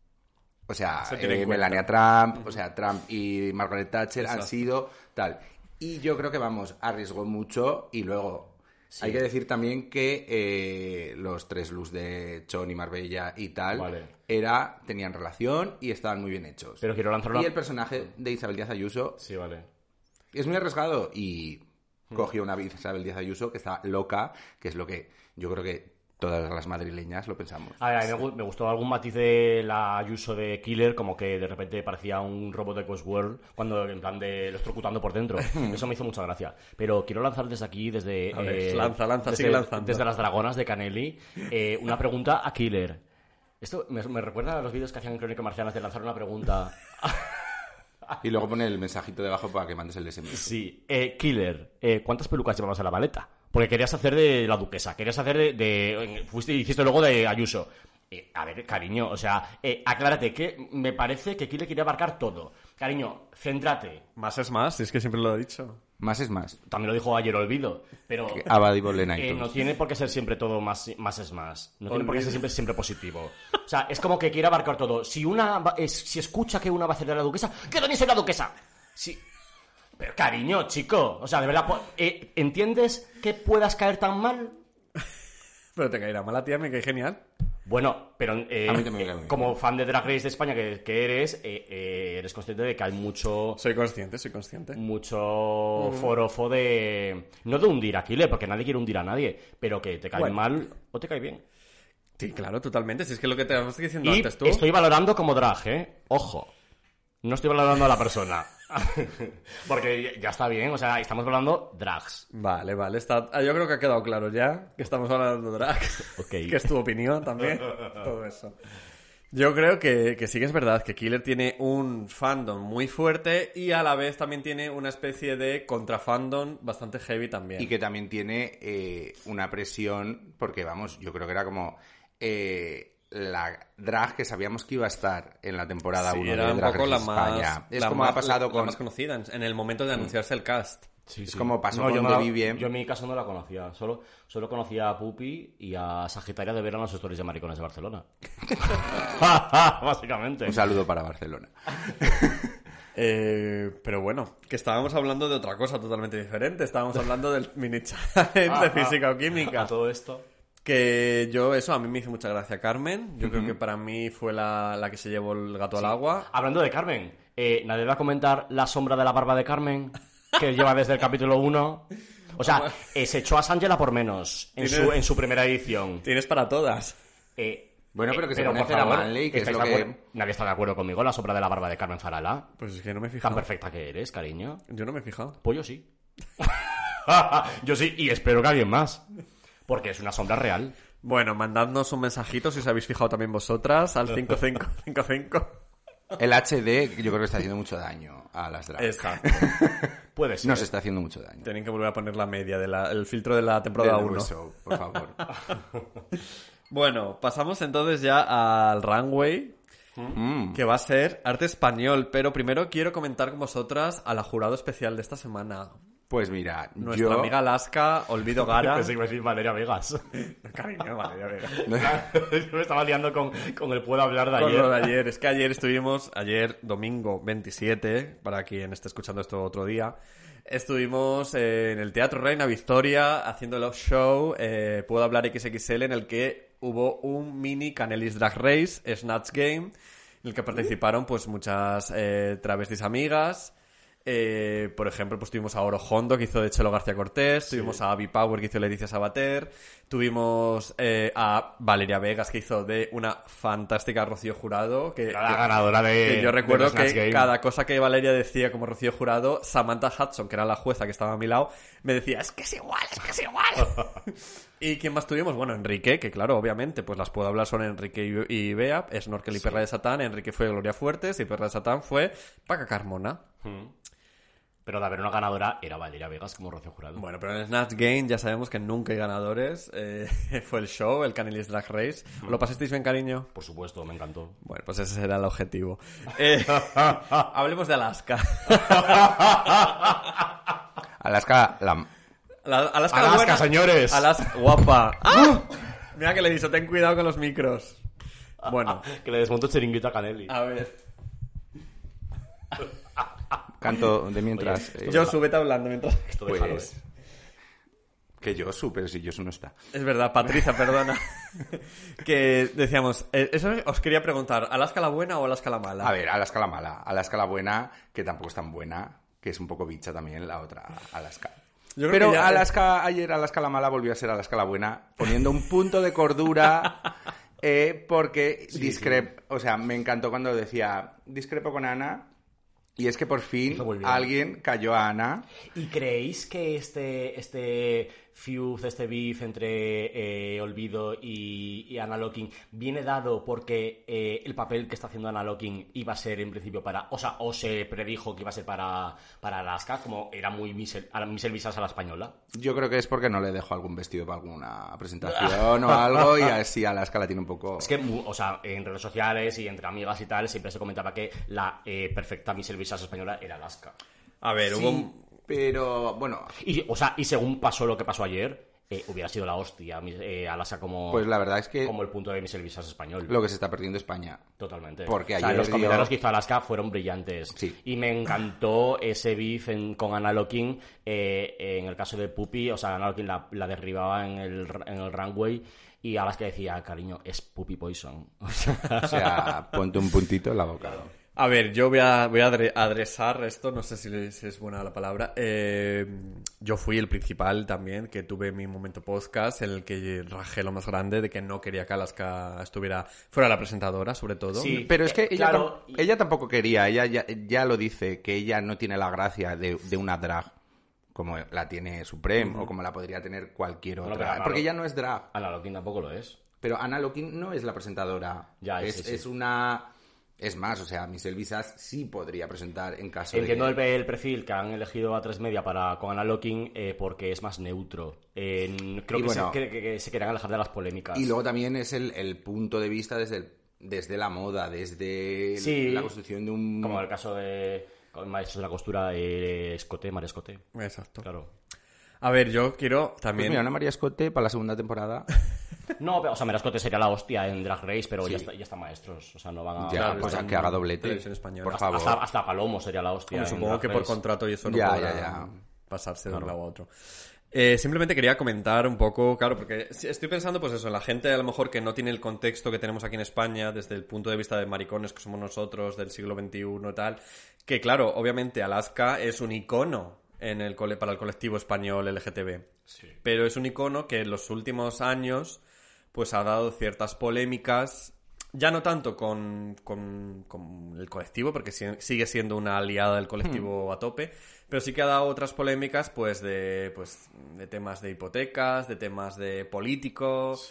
o sea, Se tiene en eh, cuenta. Melania Trump, o sea, Trump y Margaret Thatcher han Exacto. sido tal. Y yo creo que, vamos, arriesgó mucho y luego... Hay que decir también que eh, los tres looks de Chon y Marbella y tal Vale. era tenían relación y estaban muy bien hechos. Pero quiero lanzar una... Y el personaje de Isabel Díaz Ayuso Sí, vale. es muy arriesgado y cogió una Isabel Díaz Ayuso que está loca, que es lo que yo creo que todas las madrileñas lo pensamos. A ver, a mí me gu- me gustó algún matiz de la Ayuso de Killer, como que de repente parecía un robot de Cosworld, cuando en plan de electrocutando por dentro. Eso me hizo mucha gracia. Pero quiero lanzar desde aquí, desde... A ver, eh, lanza, lanza, desde, sigue lanzando. Desde las dragonas de Canelli, eh, una pregunta a Killer. Esto me, me recuerda a los vídeos que hacían en Crónica Marcianas de lanzar una pregunta... Y luego pone el mensajito debajo para que mandes el S M S. Sí, eh, Killer, eh, ¿cuántas pelucas llevabas en la maleta? Porque querías hacer de la duquesa, querías hacer de... de- fuiste y hiciste luego de Ayuso. Eh, a ver, cariño, o sea, eh, aclárate que me parece que Killer quería abarcar todo. Cariño, céntrate. Más es más, si es que siempre lo he dicho. Más es más. También lo dijo ayer Olvido, pero... Abadible en Eh, iTunes. no tiene por qué ser siempre todo más, más es más. No tiene por qué ser siempre, siempre positivo. O sea, es como que quiere abarcar todo. Si una va- es- si escucha que una va a hacer de la duquesa, ¡que también soy la duquesa! Sí. Pero cariño, chico. O sea, de verdad, po- eh, ¿entiendes que puedas caer tan mal? Pero te caerá mal a ti, me cae genial. Bueno, pero eh, A mí también me eh, cae muy bien. como fan de Drag Race de España que, que eres, eh, eh, eres consciente de que hay mucho... Soy consciente, soy consciente. mucho forofo de... No de hundir a Killer, porque nadie quiere hundir a nadie, pero que te cae Bueno. mal o te cae bien. Sí, claro, totalmente. Si es que lo que te estabas diciendo Y antes tú. estoy valorando como drag, ¿eh? Ojo. No estoy valorando a la persona. Porque ya está bien, o sea, estamos valorando drags. Vale, vale. Está... ah, yo creo que ha quedado claro ya que estamos hablando de drag. Ok. Que es tu opinión también. Todo eso. Yo creo que, que sí que es verdad que Killer tiene un fandom muy fuerte y a la vez también tiene una especie de contrafandom bastante heavy también. Y que también tiene eh, una presión, porque vamos, yo creo que era como eh, la drag que sabíamos que iba a estar en la temporada Sí, uno era de un Drag poco Race la España. más, Es la como más- ha pasado la con... más conocida en, en el momento de anunciarse el cast. Sí, es sí. como pasó No, con yo, no The la- Vivien. yo en mi caso no la conocía. Solo, solo conocía a Pupi y a Sagitaria de ver en los stories de Maricones de Barcelona. Básicamente. Un saludo para Barcelona. Eh, pero bueno, que estábamos hablando de otra cosa totalmente diferente. Estábamos hablando del mini challenge de física o química. A todo esto. Que yo, eso, a mí me hizo mucha gracia Carmen. Yo creo que para mí fue la, la que se llevó el gato al agua. Hablando de Carmen, eh, ¿nadie va a comentar la sombra de la barba de Carmen? Que lleva desde el capítulo uno. O sea, eh, se echó a Sángela por menos en su, en su primera edición. Tienes para todas. Eh, Bueno, pero que se pero, pone por favor, Manley, que es ¿estáis lo de que... acuerdo? Nadie está de acuerdo conmigo, la sombra de la barba de Carmen Farala. Pues es que no me he Tan fijado. perfecta que eres, cariño. Yo no me he fijado. Pues yo sí. Yo sí, y espero que alguien más. Porque es una sombra real. Bueno, mandadnos un mensajito si os habéis fijado también vosotras al cinco cinco cinco cinco. El H D yo creo que está haciendo mucho daño a las drags. Exacto. Puede ser. Nos está haciendo mucho daño. Tienen que volver a poner la media del filtro de la temporada Del uno. Show, por favor. Bueno, pasamos entonces ya al runway, Mm. que va a ser arte español. Pero primero quiero comentar con vosotras a la jurado especial de esta semana. Pues mira, Nuestra yo... amiga Alaska, Olvido Gara. Pensé que iba a decir Valeria Vegas. Cariño, Valeria Vega. Yo me estaba liando con, con el puedo hablar de Con ayer. lo de ayer. Es que ayer estuvimos, ayer domingo veintisiete, para quien esté escuchando esto otro día, estuvimos eh, en el Teatro Reina Victoria haciendo el show eh, Puedo Hablar equis equis ele, en el que hubo un mini Canelis Drag Race, Snatch Game, en el que participaron pues muchas eh, travestis amigas. Eh, por ejemplo, pues tuvimos a Oro Hondo, que hizo de Chelo García Cortés, tuvimos a Abby Power, que hizo Leticia Sabater, tuvimos eh, a Valeria Vegas, que hizo de una fantástica Rocío Jurado, que, La ganadora de que yo recuerdo de Snatch que Game. cada cosa que Valeria decía como Rocío Jurado, Samantha Hudson, que era la jueza que estaba a mi lado, me decía, es que es igual, es que es igual. ¿Y quién más tuvimos? Bueno, Enrique, que claro, obviamente, pues las puedo hablar son Enrique y, y Bea, Snorkel y Perla de Satán. Enrique fue Gloria Fuertes y Perla de Satán fue Paca Carmona. Mm. Pero de haber una ganadora era Valeria Vegas como Rocío Jurado. Bueno, pero en Snatch Game ya sabemos que nunca hay ganadores. Eh, fue el show, el Canelis Drag Race. ¿Lo pasasteis bien, cariño? Por supuesto, me encantó. Bueno, pues ese será el objetivo. Eh, hablemos de Alaska. Alaska, la... La- Alaska, la Alaska, buena. señores. Alaska, guapa. ¡Ah! Mira que le he dicho, ten cuidado con los micros. Bueno, Que le desmonto chiringuito a Canelli. a ver. canto de mientras... Oye, eh, Yo súbete hablando mientras... Esto déjalo, pues... eh. Que yo pero si Josu no está. Es verdad, Patricia, perdona. Que decíamos, eh, eso os quería preguntar, ¿Alaska la buena o Alaska la mala? A ver, Alaska la mala. Alaska la buena, que tampoco es tan buena, que es un poco bicha también la otra Alaska. Yo creo Pero que ya- Alaska, ayer Alaska la mala volvió a ser Alaska la buena, poniendo un punto de cordura, eh, porque discrep... O sea, me encantó cuando decía, discrepo con Ana, y es que por fin Hizo muy bien. alguien cayó a Ana. ¿Y creéis que este, este feud, este beef entre eh, Olvido y, y Anna Locking viene dado porque eh, el papel que está haciendo Anna Locking iba a ser en principio para... O sea, o se predijo que iba a ser para, para Alaska, como era muy Michelle, Michelle Visage a la española? Yo creo que es porque no le dejó algún vestido para alguna presentación o algo, y así Alaska la tiene un poco... Es que, mu- o sea, en redes sociales y entre amigas y tal, siempre se comentaba que la eh, perfecta Michelle Visage española era Alaska. A ver, Sí, hubo... un- pero bueno, Y, o sea, y según pasó lo que pasó ayer, eh, hubiera sido la hostia eh, Alaska como, pues la verdad es que como el punto de Michelle Visage español. lo que se está perdiendo España. Totalmente. Porque O sea, ayer los dio- comentarios que hizo Alaska fueron brillantes. Sí. Y me encantó ese beef en- con Anna Locking. Eh, en el caso de Puppy, o sea, Anna Locking la, la derribaba en el, en el runway y Alaska decía, cariño, es Puppy Poison. O sea, O sea, ponte un puntito en la boca. A ver, yo voy a, voy a adre- adresar esto, no sé si, si es buena la palabra. Eh, yo fui el principal también, que tuve mi momento podcast en el que rajé lo más grande de que no quería que Alaska estuviera fuera la presentadora, sobre todo. Sí. Pero es que Eh, ella, claro, tam- ella tampoco quería, ella ya, ya lo dice, que ella no tiene la gracia de, de una drag como la tiene Supreme o como la podría tener cualquier Bueno, otra. pero Ana porque Lo- ella no es drag. Anna Locking tampoco lo es. Pero Anna Locking no es la presentadora. Ya, es, sí, sí. es una... Es más, o sea, Michelle Visage sí podría presentar en caso Entiendo de el, que... el perfil que han elegido a tres media para con Anna Locking eh, porque es más neutro. Eh, creo Y que, bueno- se, que, que- que se querían alejar de las polémicas. Y luego también es el, el punto de vista desde, el- desde la moda, desde Sí. la construcción de un... Como el caso de, Maestros de la costura, eh, Escote, María Escote. Exacto. Claro. A ver, yo quiero Pues también... mira, una María Escote para la segunda temporada. No, pero, o sea, María Escote sería la hostia en Drag Race, pero Sí. ya, está, ya está Maestros. O sea, no van a... Ya, Claro, pues está que haga en doblete. televisión española. Por Hasta- favor. Hasta, hasta Palomo sería la hostia. Hombre, en supongo Drag que por Race. contrato y eso no Ya, podrá ya, ya. pasarse de Claro. un lado a otro. Eh, simplemente quería comentar un poco, claro, porque estoy pensando, pues eso, en la gente a lo mejor que no tiene el contexto que tenemos aquí en España, desde el punto de vista de maricones que somos nosotros, del siglo veintiuno y tal, que claro, obviamente Alaska es un icono en el cole, para el colectivo español L G T B. Sí. Pero es un icono que en los últimos años pues ha dado ciertas polémicas, ya no tanto con, con, con el colectivo, porque si- sigue siendo una aliada del colectivo a tope, pero sí que ha dado otras polémicas pues de pues de temas de hipotecas, de temas de políticos,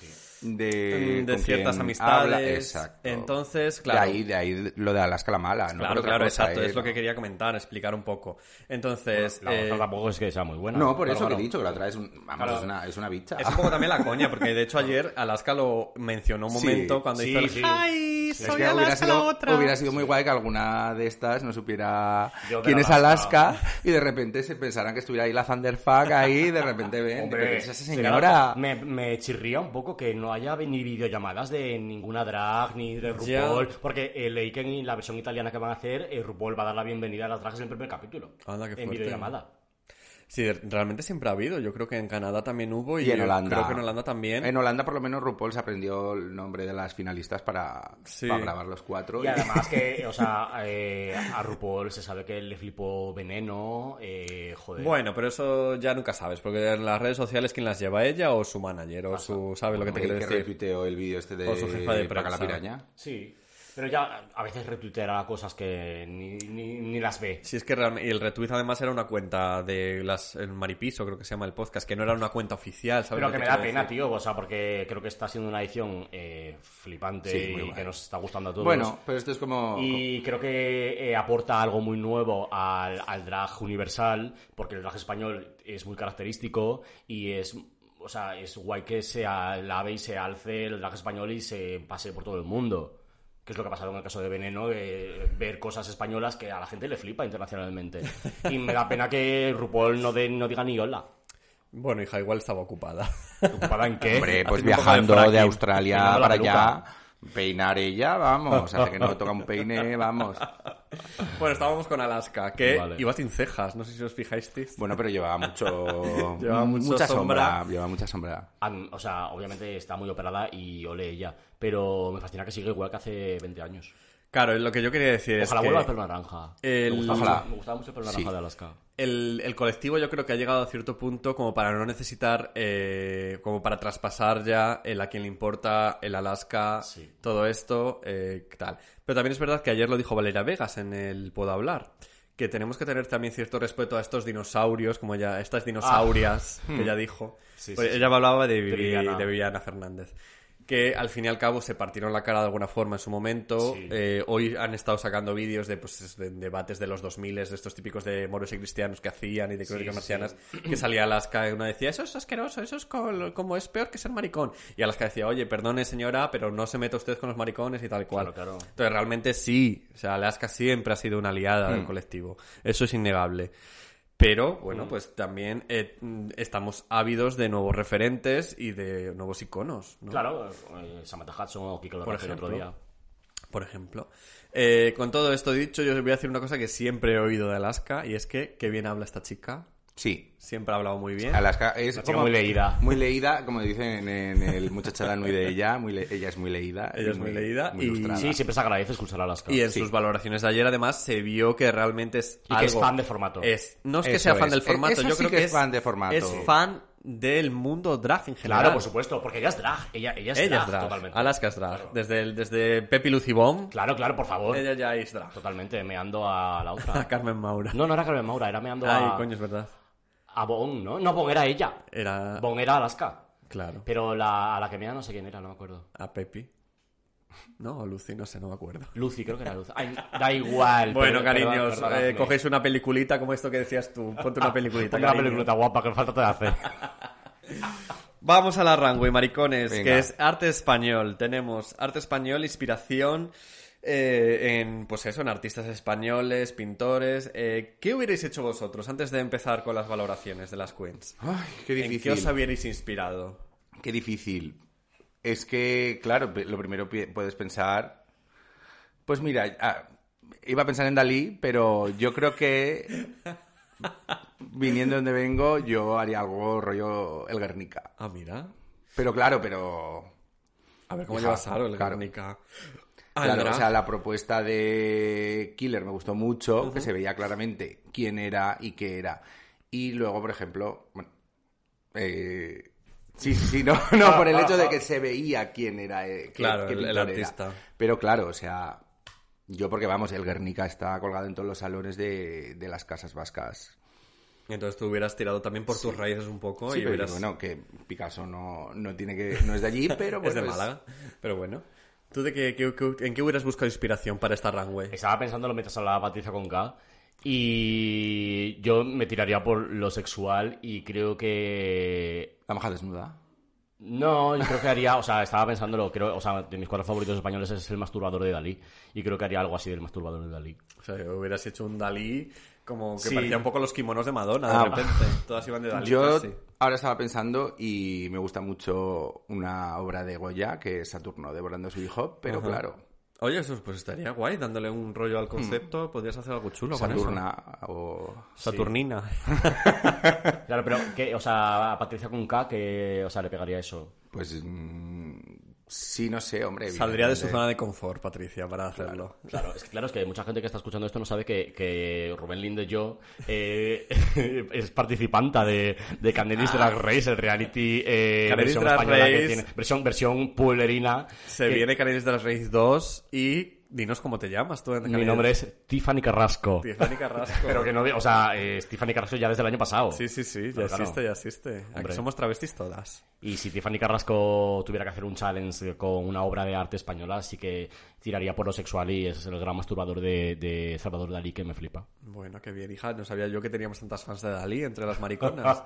De, Mm, de con ciertas quien amistades. habla, exacto. Entonces, claro. De ahí, de ahí lo de Alaska la mala. No Claro, por otra claro, cosa, exacto, ¿eh? es lo que quería comentar, explicar un poco. Entonces, La otra eh, tampoco es que sea muy buena. No, por Claro, eso que claro. he dicho, que la otra es, un, vamos, Claro. es, una, es una bicha. es un poco también la coña, porque de hecho ayer Alaska lo mencionó un Sí, momento cuando sí, hizo el sí. ¡ay, Es soy que Alaska hubiera sido, la otra! hubiera sido muy guay que alguna de estas no supiera Yo de quién es Alaska. Alaska y de repente se pensaran que estuviera ahí la Thunderfuck ahí y de repente ven, Hombre, pero ¿qué es esa sería- señora? Me, me chirría un poco que no haya ni videollamadas de ninguna drag ni de Ya. RuPaul, porque eh, leí que en la versión italiana que van a hacer, eh, RuPaul va a dar la bienvenida a las drags en el primer capítulo. Anda, qué en fuerte. videollamada. Sí, realmente siempre ha habido. Yo creo que en Canadá también hubo y, Y en yo Holanda. creo que en Holanda también. En Holanda por lo menos RuPaul se aprendió el nombre de las finalistas para, Sí. para grabar los cuatro. Y además que, o sea, eh, a RuPaul se sabe que le flipó Veneno, eh, joder. Bueno, pero eso ya nunca sabes, porque en las redes sociales quién las lleva, ella o su manager, o su... ¿Sabes lo que te El quiero que decir? retuiteó el vídeo este de, O su jefa de Paca la prensa. Piraña. Sí, pero ya a veces retuiteará cosas que ni, ni, ni las ve. Si es que realmente... Y el retweet además era una cuenta de las... El Maripiso, creo que se llama el podcast, que no era una cuenta oficial, ¿sabes? Pero lo que me te da quiero pena, decir? tío, o sea, porque creo que está siendo una edición eh, flipante Sí, muy y guay. que nos está gustando a todos. Bueno, pero esto es como... Y creo que eh, aporta algo muy nuevo al, al drag universal, porque el drag español es muy característico y es, o sea, es guay que se alave y se alce el drag español y se pase por todo el mundo. Que es lo que ha pasado en el caso de Veneno, de ver cosas españolas que a la gente le flipa internacionalmente. Y me da pena que RuPaul no, de, no diga ni hola. Bueno, hija, igual estaba ocupada. ¿Ocupada en qué? Hombre, pues Haciendo un poco de viajando de, fracking, Australia peinando la para peluca. allá, peinar ella, vamos, hasta que no toca un peine, vamos. Bueno, estábamos con Alaska, que Vale. iba sin cejas, no sé si os fijasteis. Bueno, pero llevaba mucho... Llevaba mucho mucha sombra. sombra. Llevaba mucha sombra. An- O sea, obviamente está muy operada y ole ella. Pero me fascina que siga igual que hace veinte años. Claro, lo que yo quería decir Ojalá es que... vuelva el pelo naranja. el- Me, gustaba Ojalá. mucho, me gustaba mucho el pelo Sí. naranja de Alaska. El, el colectivo yo creo que ha llegado a cierto punto como para no necesitar, eh, como para traspasar ya el a quien le importa, el Alaska, Sí. todo esto, eh, tal. Pero también es verdad que ayer lo dijo Valeria Vegas en el Puedo Hablar, que tenemos que tener también cierto respeto a estos dinosaurios, como ya, estas dinosaurias que ella dijo. Sí, Pues sí, ella hablaba de, Vivi- Viviana. de Viviana Fernández. Que al fin y al cabo se partieron la cara de alguna forma en su momento. Sí. Eh, hoy han estado sacando vídeos de, pues, de debates de los dos mil, de estos típicos de moros y cristianos que hacían y de crónicas sí, marcianas, que salía Alaska y una decía, eso es asqueroso, eso es col- como es peor que ser maricón. Y Alaska decía, oye, perdone señora, pero no se meta usted con los maricones y tal cual. Claro, claro. Entonces realmente sí, o sea, Alaska siempre ha sido una aliada Hmm. del colectivo. Eso es innegable. Pero, Hmm. bueno, pues también eh, estamos ávidos de nuevos referentes y de nuevos iconos, ¿no? Claro, eh, Samantha Hudson o Kiko Por Lorraine el otro ejemplo. día. Por ejemplo. Eh, con todo esto dicho, yo os voy a decir una cosa que siempre he oído de Alaska, y es que qué bien habla esta chica. Sí. Siempre ha hablado muy bien. Alaska es Una chica muy leída. Muy leída, como dicen en el Muchachada Nui de ella, muy le- ella es muy leída. Ella y es muy leída muy y- ilustrada. Sí, siempre se agradece escuchar a Alaska. Y en Sí. sus valoraciones de ayer, además, se vio que realmente es Y que algo... es fan de formato. Es, no es que Eso sea fan es. del formato, Esa yo sí creo que que es fan de formato. Es fan del mundo drag en general. Claro, por supuesto, porque ella es drag. Ella, ella es Ella drag, es drag. totalmente. Alaska es drag. Claro. Desde, el, desde Pepi Lucibom, Claro, claro, por favor. ella ya es drag. Totalmente, meando a la A otra. Carmen Maura. No, no era Carmen Maura, era meando Ay, a... coño, es verdad. A Bon, ¿no? No, Bon era ella. Era... Bon era Alaska. Claro. Pero la, a la que mea no sé quién era, no me acuerdo. A Pepi. No, o Lucy, no sé, no me acuerdo. Lucy, creo que era Lucy. Ay, da igual. Bueno, perdón, cariños, perdón, eh, perdonadme. cogéis una peliculita como esto que decías tú. Ponte una peliculita, Ponme una cariño. peliculita guapa, que falta te hace. Vamos a la runway, maricones, Venga. que es arte español. Tenemos arte español, inspiración eh, en, pues eso, en artistas españoles, pintores. Eh, ¿Qué hubierais hecho vosotros antes de empezar con las valoraciones de las queens? Ay, qué difícil. ¿En qué os habríais inspirado? Qué difícil. Es que, claro, lo primero pi- puedes pensar... Pues mira, ah, iba a pensar en Dalí, pero yo creo que... Viniendo de donde vengo, yo haría algo rollo el Guernica. Ah, mira. Pero claro, pero... A ver, ¿cómo Hija, llevas Saro, el claro. Guernica? Claro, o sea, la propuesta de Killer me gustó mucho, uh-huh. que se veía claramente quién era y qué era. Y luego, por ejemplo, bueno, eh, sí, sí, sí, no, no, por el hecho de que se veía quién era, eh, claro, qué, qué el, el artista. Era. Pero claro, o sea, yo porque vamos, el Guernica está colgado en todos los salones de, de las casas vascas. Entonces tú hubieras tirado también por tus sí. raíces un poco. Sí, y pero hubieras... bueno, que Picasso no, no tiene que, no es de allí, pero bueno, es de pues... Málaga, pero bueno. ¿Tú de qué, qué, qué, en qué hubieras buscado inspiración para esta runway? Estaba pensándolo mientras hablaba Patricia con K y yo me tiraría por lo sexual y creo que... ¿La maja desnuda? No, yo creo que haría, o sea, estaba pensándolo, creo, o sea, de mis cuadros favoritos españoles es El masturbador de Dalí y creo que haría algo así del masturbador de Dalí. O sea, hubieras hecho un Dalí como que sí. parecía un poco los kimonos de Madonna, de ah, repente. Todas iban de Dalí. Yo casi. Ahora estaba pensando y me gusta mucho una obra de Goya que es Saturno devorando a su hijo, pero uh-huh. claro. Oye, eso pues estaría guay, dándole un rollo al concepto, hmm. podrías hacer algo chulo Saturna con eso. o... Saturnina. Sí. Claro, pero, ¿qué? O sea, a Patricia con K, que, o sea, le pegaría eso. Pues... Mmm, sí, no sé, hombre. Saldría de su zona de confort, Patricia, para hacerlo. Claro, claro, es que, claro, es que mucha gente que está escuchando esto no sabe que, que Rubén Linde yo eh, es participanta de, de Canelis ah. Drag Race, el reality eh, versión Drag española Race. Que tiene. Versión, versión pueblerina. Se que... viene Canelis Drag Race dos y... Dinos cómo te llamas tú. En Mi nombre es Tiffany Carrasco. Tiffany Carrasco. Pero que no... O sea, eh, Tiffany Carrasco ya desde el año pasado. Sí, sí, sí. Ya claro. existe, ya existe. Aquí Hombre. somos travestis todas. Y si Tiffany Carrasco tuviera que hacer un challenge con una obra de arte española, sí que tiraría por lo sexual y ese es el gran masturbador de, de Salvador Dalí que me flipa. Bueno, qué bien, hija. No sabía yo que teníamos tantas fans de Dalí entre las mariconas.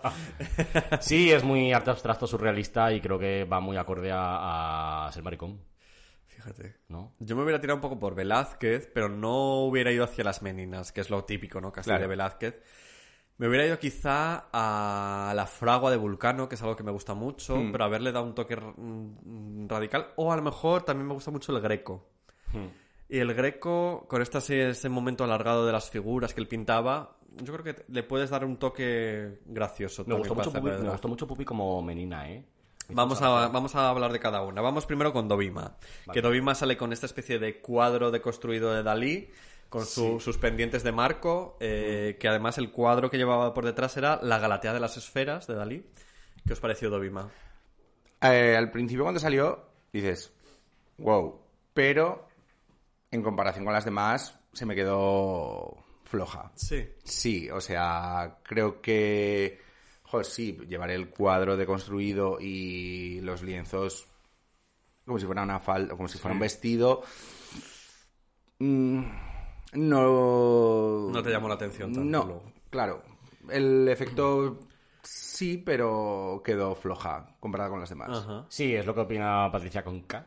Sí, es muy arte abstracto, surrealista y creo que va muy acorde a, a ser maricón. Fíjate. ¿No? Yo me hubiera tirado un poco por Velázquez, pero no hubiera ido hacia las meninas, que es lo típico, ¿no? Casi claro. de Velázquez. Me hubiera ido quizá a la fragua de Vulcano, que es algo que me gusta mucho, mm. pero haberle dado un toque radical. O a lo mejor también me gusta mucho el Greco. Mm. Y el Greco, con este ese momento alargado de las figuras que él pintaba, yo creo que le puedes dar un toque gracioso. Me gustó mucho Pupi, me gustó mucho Pupi como menina, ¿eh? Vamos a, vamos a hablar de cada una. Vamos primero con Dovima. Vale. Que Dovima sale con esta especie de cuadro deconstruido de Dalí, con su, sí. sus pendientes de marco, eh, mm. que además el cuadro que llevaba por detrás era la Galatea de las Esferas de Dalí. ¿Qué os pareció Dovima? Eh, al principio cuando salió, dices, wow, pero en comparación con las demás se me quedó floja. Sí. Sí, o sea, creo que... Joder, sí, llevaré el cuadro deconstruido y los lienzos como si fuera una falda, como si fuera sí. un vestido. Mm, no... No te llamó la atención tanto. No, luego. Claro. El efecto sí, pero quedó floja comparada con las demás. Ajá. Sí, es lo que opina Patricia con K.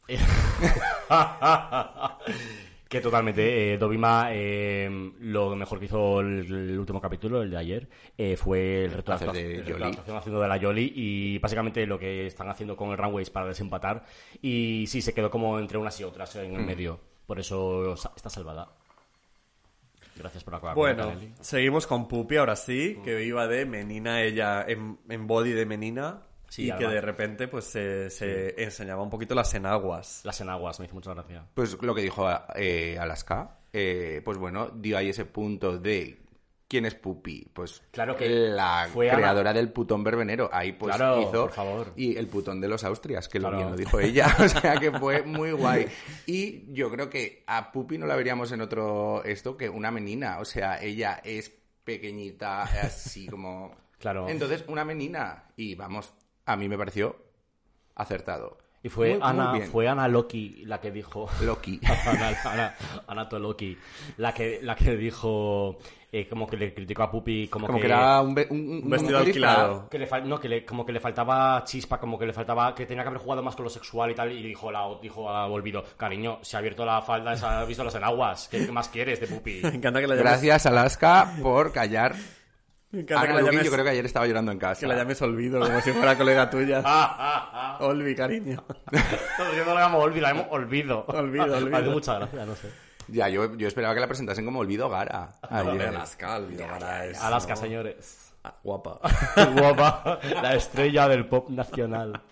Que totalmente, eh, Dovima, eh, lo mejor que hizo el, el último capítulo, el de ayer, eh, fue el reto de actuación haciendo de la Yoli y básicamente lo que están haciendo con el Runways para desempatar y sí, se quedó como entre unas y otras en el mm. medio, por eso está salvada. Gracias por aclarar. Bueno, Canelli. Seguimos con Pupi, ahora sí, mm. que iba de menina, ella en, en body de menina. Sí, y que de repente pues se, se sí. enseñaba un poquito las enaguas. Las enaguas, me hizo mucha gracia. Pues lo que dijo eh, Alaska, eh, pues bueno, dio ahí ese punto de ¿quién es Pupi? Pues claro que la fue creadora a... del putón verbenero. Ahí pues claro, hizo por favor. Y el putón de los Austrias, que claro. lo bien lo dijo ella. O sea que fue muy guay. Y yo creo que a Pupi no la veríamos en otro esto que una menina. O sea, ella es pequeñita, así como... Claro. Entonces, una menina. Y vamos... A mí me pareció acertado. Y fue Muy- muy Ana, bien. fue Ana Loki la que dijo... Loki. Ana, Ana, Ana Toloki, la que, la que dijo... Eh, como que le criticó a Pupi, como, Como que... que era un, ve- un, un- Un vestido un disfraz. alquilado. que le fal- no, que le, como que le faltaba chispa, como que le faltaba, que tenía que haber jugado más con lo sexual y tal, y dijo la dijo a Olvido, cariño, se ha abierto la falda, se ha visto las enaguas, ¿qué, qué más quieres de Pupi? Me encanta que la llames... Gracias, Alaska, por callar. Me encanta que Ana la Luqui, llames... yo creo que ayer estaba llorando en casa. Que la llames Olvido, como si fuera colega tuya. Ah, ah, ah. Olvi, cariño. No, yo no la llamo Olvido, la llamo Olvido. Olvido, olvido. Hace mucha gracia, no sé. Ya, yo, yo esperaba que la presentasen como Olvido Gara. Hombre, Ayer. Alaska, Olvido, ahora es... Alaska, no. señores. Ah, guapa. Guapa, la estrella del pop nacional.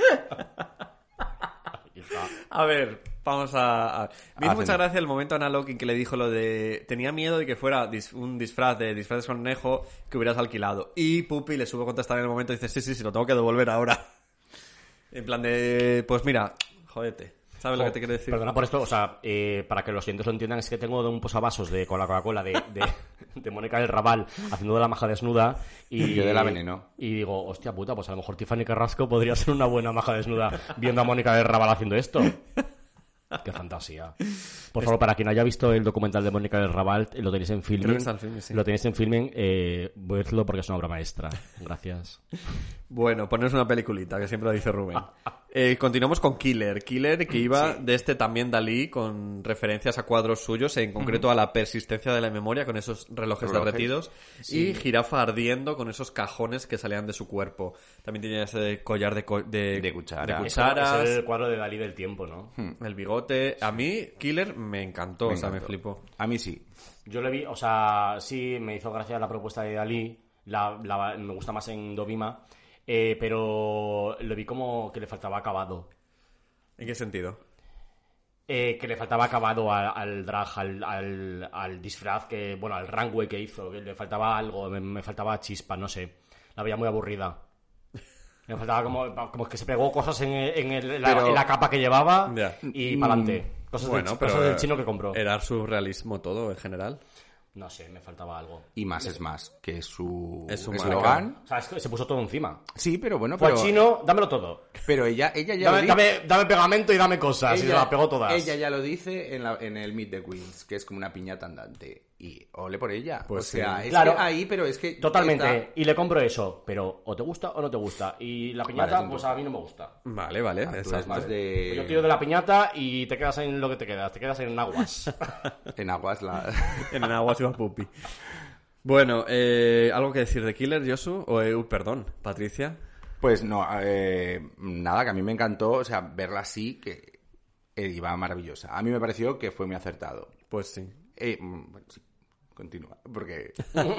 Ahí está. A ver, vamos a... a- Me hizo Hacen. mucha gracia el momento a Ana Loki que le dijo lo de... Tenía miedo de que fuera dis- un disfraz de disfraz de conejo que hubieras alquilado. Y Pupi le supo contestar en el momento y dice, sí, sí, sí, lo tengo que devolver ahora. En plan de... Pues mira, jódete. ¿Sabes lo que te quiero decir? Perdona por esto, o sea, eh, para que los oyentes lo entiendan, es que tengo de un posavasos de, con la Coca-Cola de, de, de Mónica del Raval haciendo de la maja desnuda y... Yo de la Veneno. Y digo, hostia puta, pues a lo mejor Tiffany Carrasco podría ser una buena maja desnuda viendo a Mónica del Raval haciendo esto. Qué fantasía. Por favor, para quien haya visto el documental de Mónica del Raval, lo tenéis en Filmin. Creo que está en Filmin, sí. Lo tenéis en Filmin, eh, vedlo porque es una obra maestra. Gracias. Bueno, poneros una peliculita, que siempre lo dice Rubén. Eh, continuamos con Killer. Killer, que iba de este también Dalí, con referencias a cuadros suyos, en concreto a la persistencia de la memoria, con esos relojes, Relojes. derretidos, y Jirafa ardiendo, con esos cajones que salían de su cuerpo. También tenía ese collar de, co- de, De cuchara. de Es cucharas, el cuadro de Dalí del tiempo, ¿no? el bigote. A mí, Killer me encantó, Me o sea, me encantó. flipó. A mí sí. Yo le vi, o sea, sí, me hizo gracia la propuesta de Dalí, la, la- me gusta más en Dovima, eh, pero lo vi como que le faltaba acabado. ¿En qué sentido? Eh, que le faltaba acabado al, al drag, al, al, al disfraz, que bueno, al runway que hizo, que le faltaba algo, me, me faltaba chispa, no sé. La veía muy aburrida. Me faltaba como, como que se pegó cosas en, en, el- en la, Pero- en la capa que llevaba Ya. y para adelante. Cosas, Bueno, del, pero cosas del chino que compró. Era surrealismo todo, en general. No sé, me faltaba algo. Y más es más, que es su Es su eslogan. O sea, es que se puso todo encima. Sí, pero bueno, Fue pero, al chino, dámelo todo. pero ella, ella ya Dame, lo dice. dame, dame pegamento y dame cosas. y se las pegó todas. Ella ya lo dice en, la- en el Meet the Queens, que es como una piñata andante. Y ole por ella. Pues o sea, sí. es Claro. que ahí, pero es que... Totalmente. está- Y le compro eso. Pero o te gusta o no te gusta. Y la piñata, Vale, pues entonces. a mí no me gusta. Vale, vale, Ah, tú eres exacto. más de... Yo tiro de la piñata y te quedas en lo que te quedas. Te quedas en aguas. En aguas la... En el agua se va Pupi. Bueno, eh, ¿algo que decir de Killer, Josu? O, eh, uy, perdón, Patricia. Pues no, eh, nada, que a mí me encantó, o sea, verla así, que eh, iba maravillosa. A mí me pareció que fue muy acertado. Pues sí. Eh, mm, bueno, sí, continúa, porque...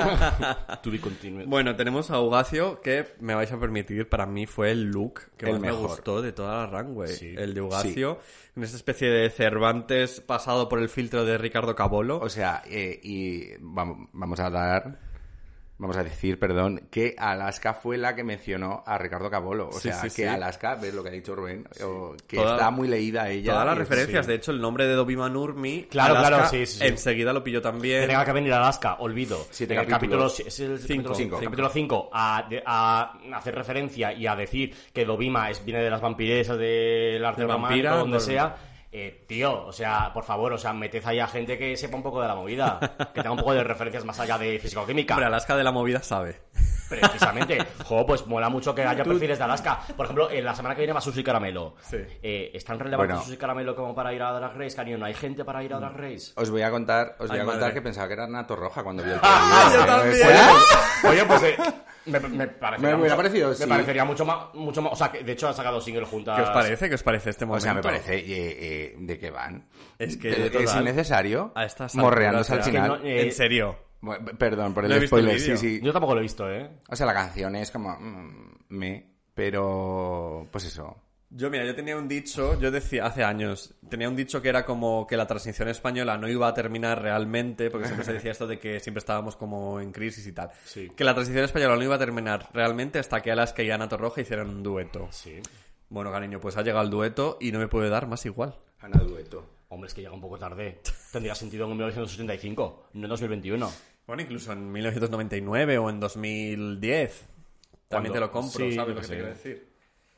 To be continued. Bueno, tenemos a Ugacio, que me vais a permitir, para mí fue el look que El más me mejor. gustó de toda la runway. Sí. El de Ugacio, en esa especie de Cervantes pasado por el filtro de Ricardo Cabolo. O sea, eh, y vamos, vamos a dar... Vamos a decir, perdón, que Alaska fue la que mencionó a Ricardo Cabolo. O Sí, sea, sí, que sí. Alaska, ves lo que ha dicho Rubén, o que Toda- está muy leída ella. Todas las y- referencias, sí. de hecho, el nombre de Dovima Nurmi, Claro, Alaska, claro, sí, sí, sí. enseguida lo pilló también. Tenga que venir a Alaska, olvido. Siete En el capítulo, capítulos. es el Cinco, capítulo cinco. capítulo cinco a, de- a hacer referencia y a decir que Dovima es, viene de las vampiresas del arte De románico, vampira, donde por- sea. Eh, tío, o sea, por favor, o sea, meted ahí a gente que sepa un poco de la movida, que tenga un poco de referencias más allá de físico-química. Hombre, Alaska de la movida sabe. Precisamente. Jo, pues mola mucho que haya perfiles de Alaska. Por ejemplo, en la semana que viene va Susi Caramelo. Sí. Eh, ¿Es tan relevante Bueno. Susi Caramelo como para ir a Drag Race, cariño? ¿No hay gente para ir a Drag Race? Os voy a contar, os voy Ay, a contar madre. que pensaba que era Nato Roja cuando vi el Ah, yo vídeo. también. ¿Fuera? Oye, pues eh, me, me parecería Me hubiera mucho- parecido, me sí. parecería mucho más, mucho más. O sea, que de hecho han sacado single juntas. ¿Qué os parece? ¿Qué os parece este O momento? sea, me parece eh, eh, de qué van. Es que, Eh, total, es innecesario. a estas Morreándose al alturas, Es que final. no- eh, En serio. Bueno, perdón por el No he visto el spoiler, sí, vídeo. sí. Yo tampoco lo he visto, ¿eh? O sea, la canción es como... mm, me... Pero... Pues eso. Yo, mira, yo tenía un dicho, yo decía hace años, tenía un dicho que era como que la transición española no iba a terminar realmente, porque siempre se decía esto de que siempre estábamos como en crisis y tal. Sí. Que la transición española no iba a terminar realmente hasta que Alaska y Ana Torroja hicieran un dueto. Sí. Bueno, cariño, pues ha llegado el dueto y no me puede dar más igual. Ana Dueto. Hombre, es que llega un poco tarde. Tendría sentido en mil novecientos setenta y cinco, no en dos mil veintiuno. Bueno, incluso en mil novecientos noventa y nueve o en dos mil diez. También ¿Cuándo? te lo compro, Sí, ¿sabes yo lo que qué te sé. quiero decir?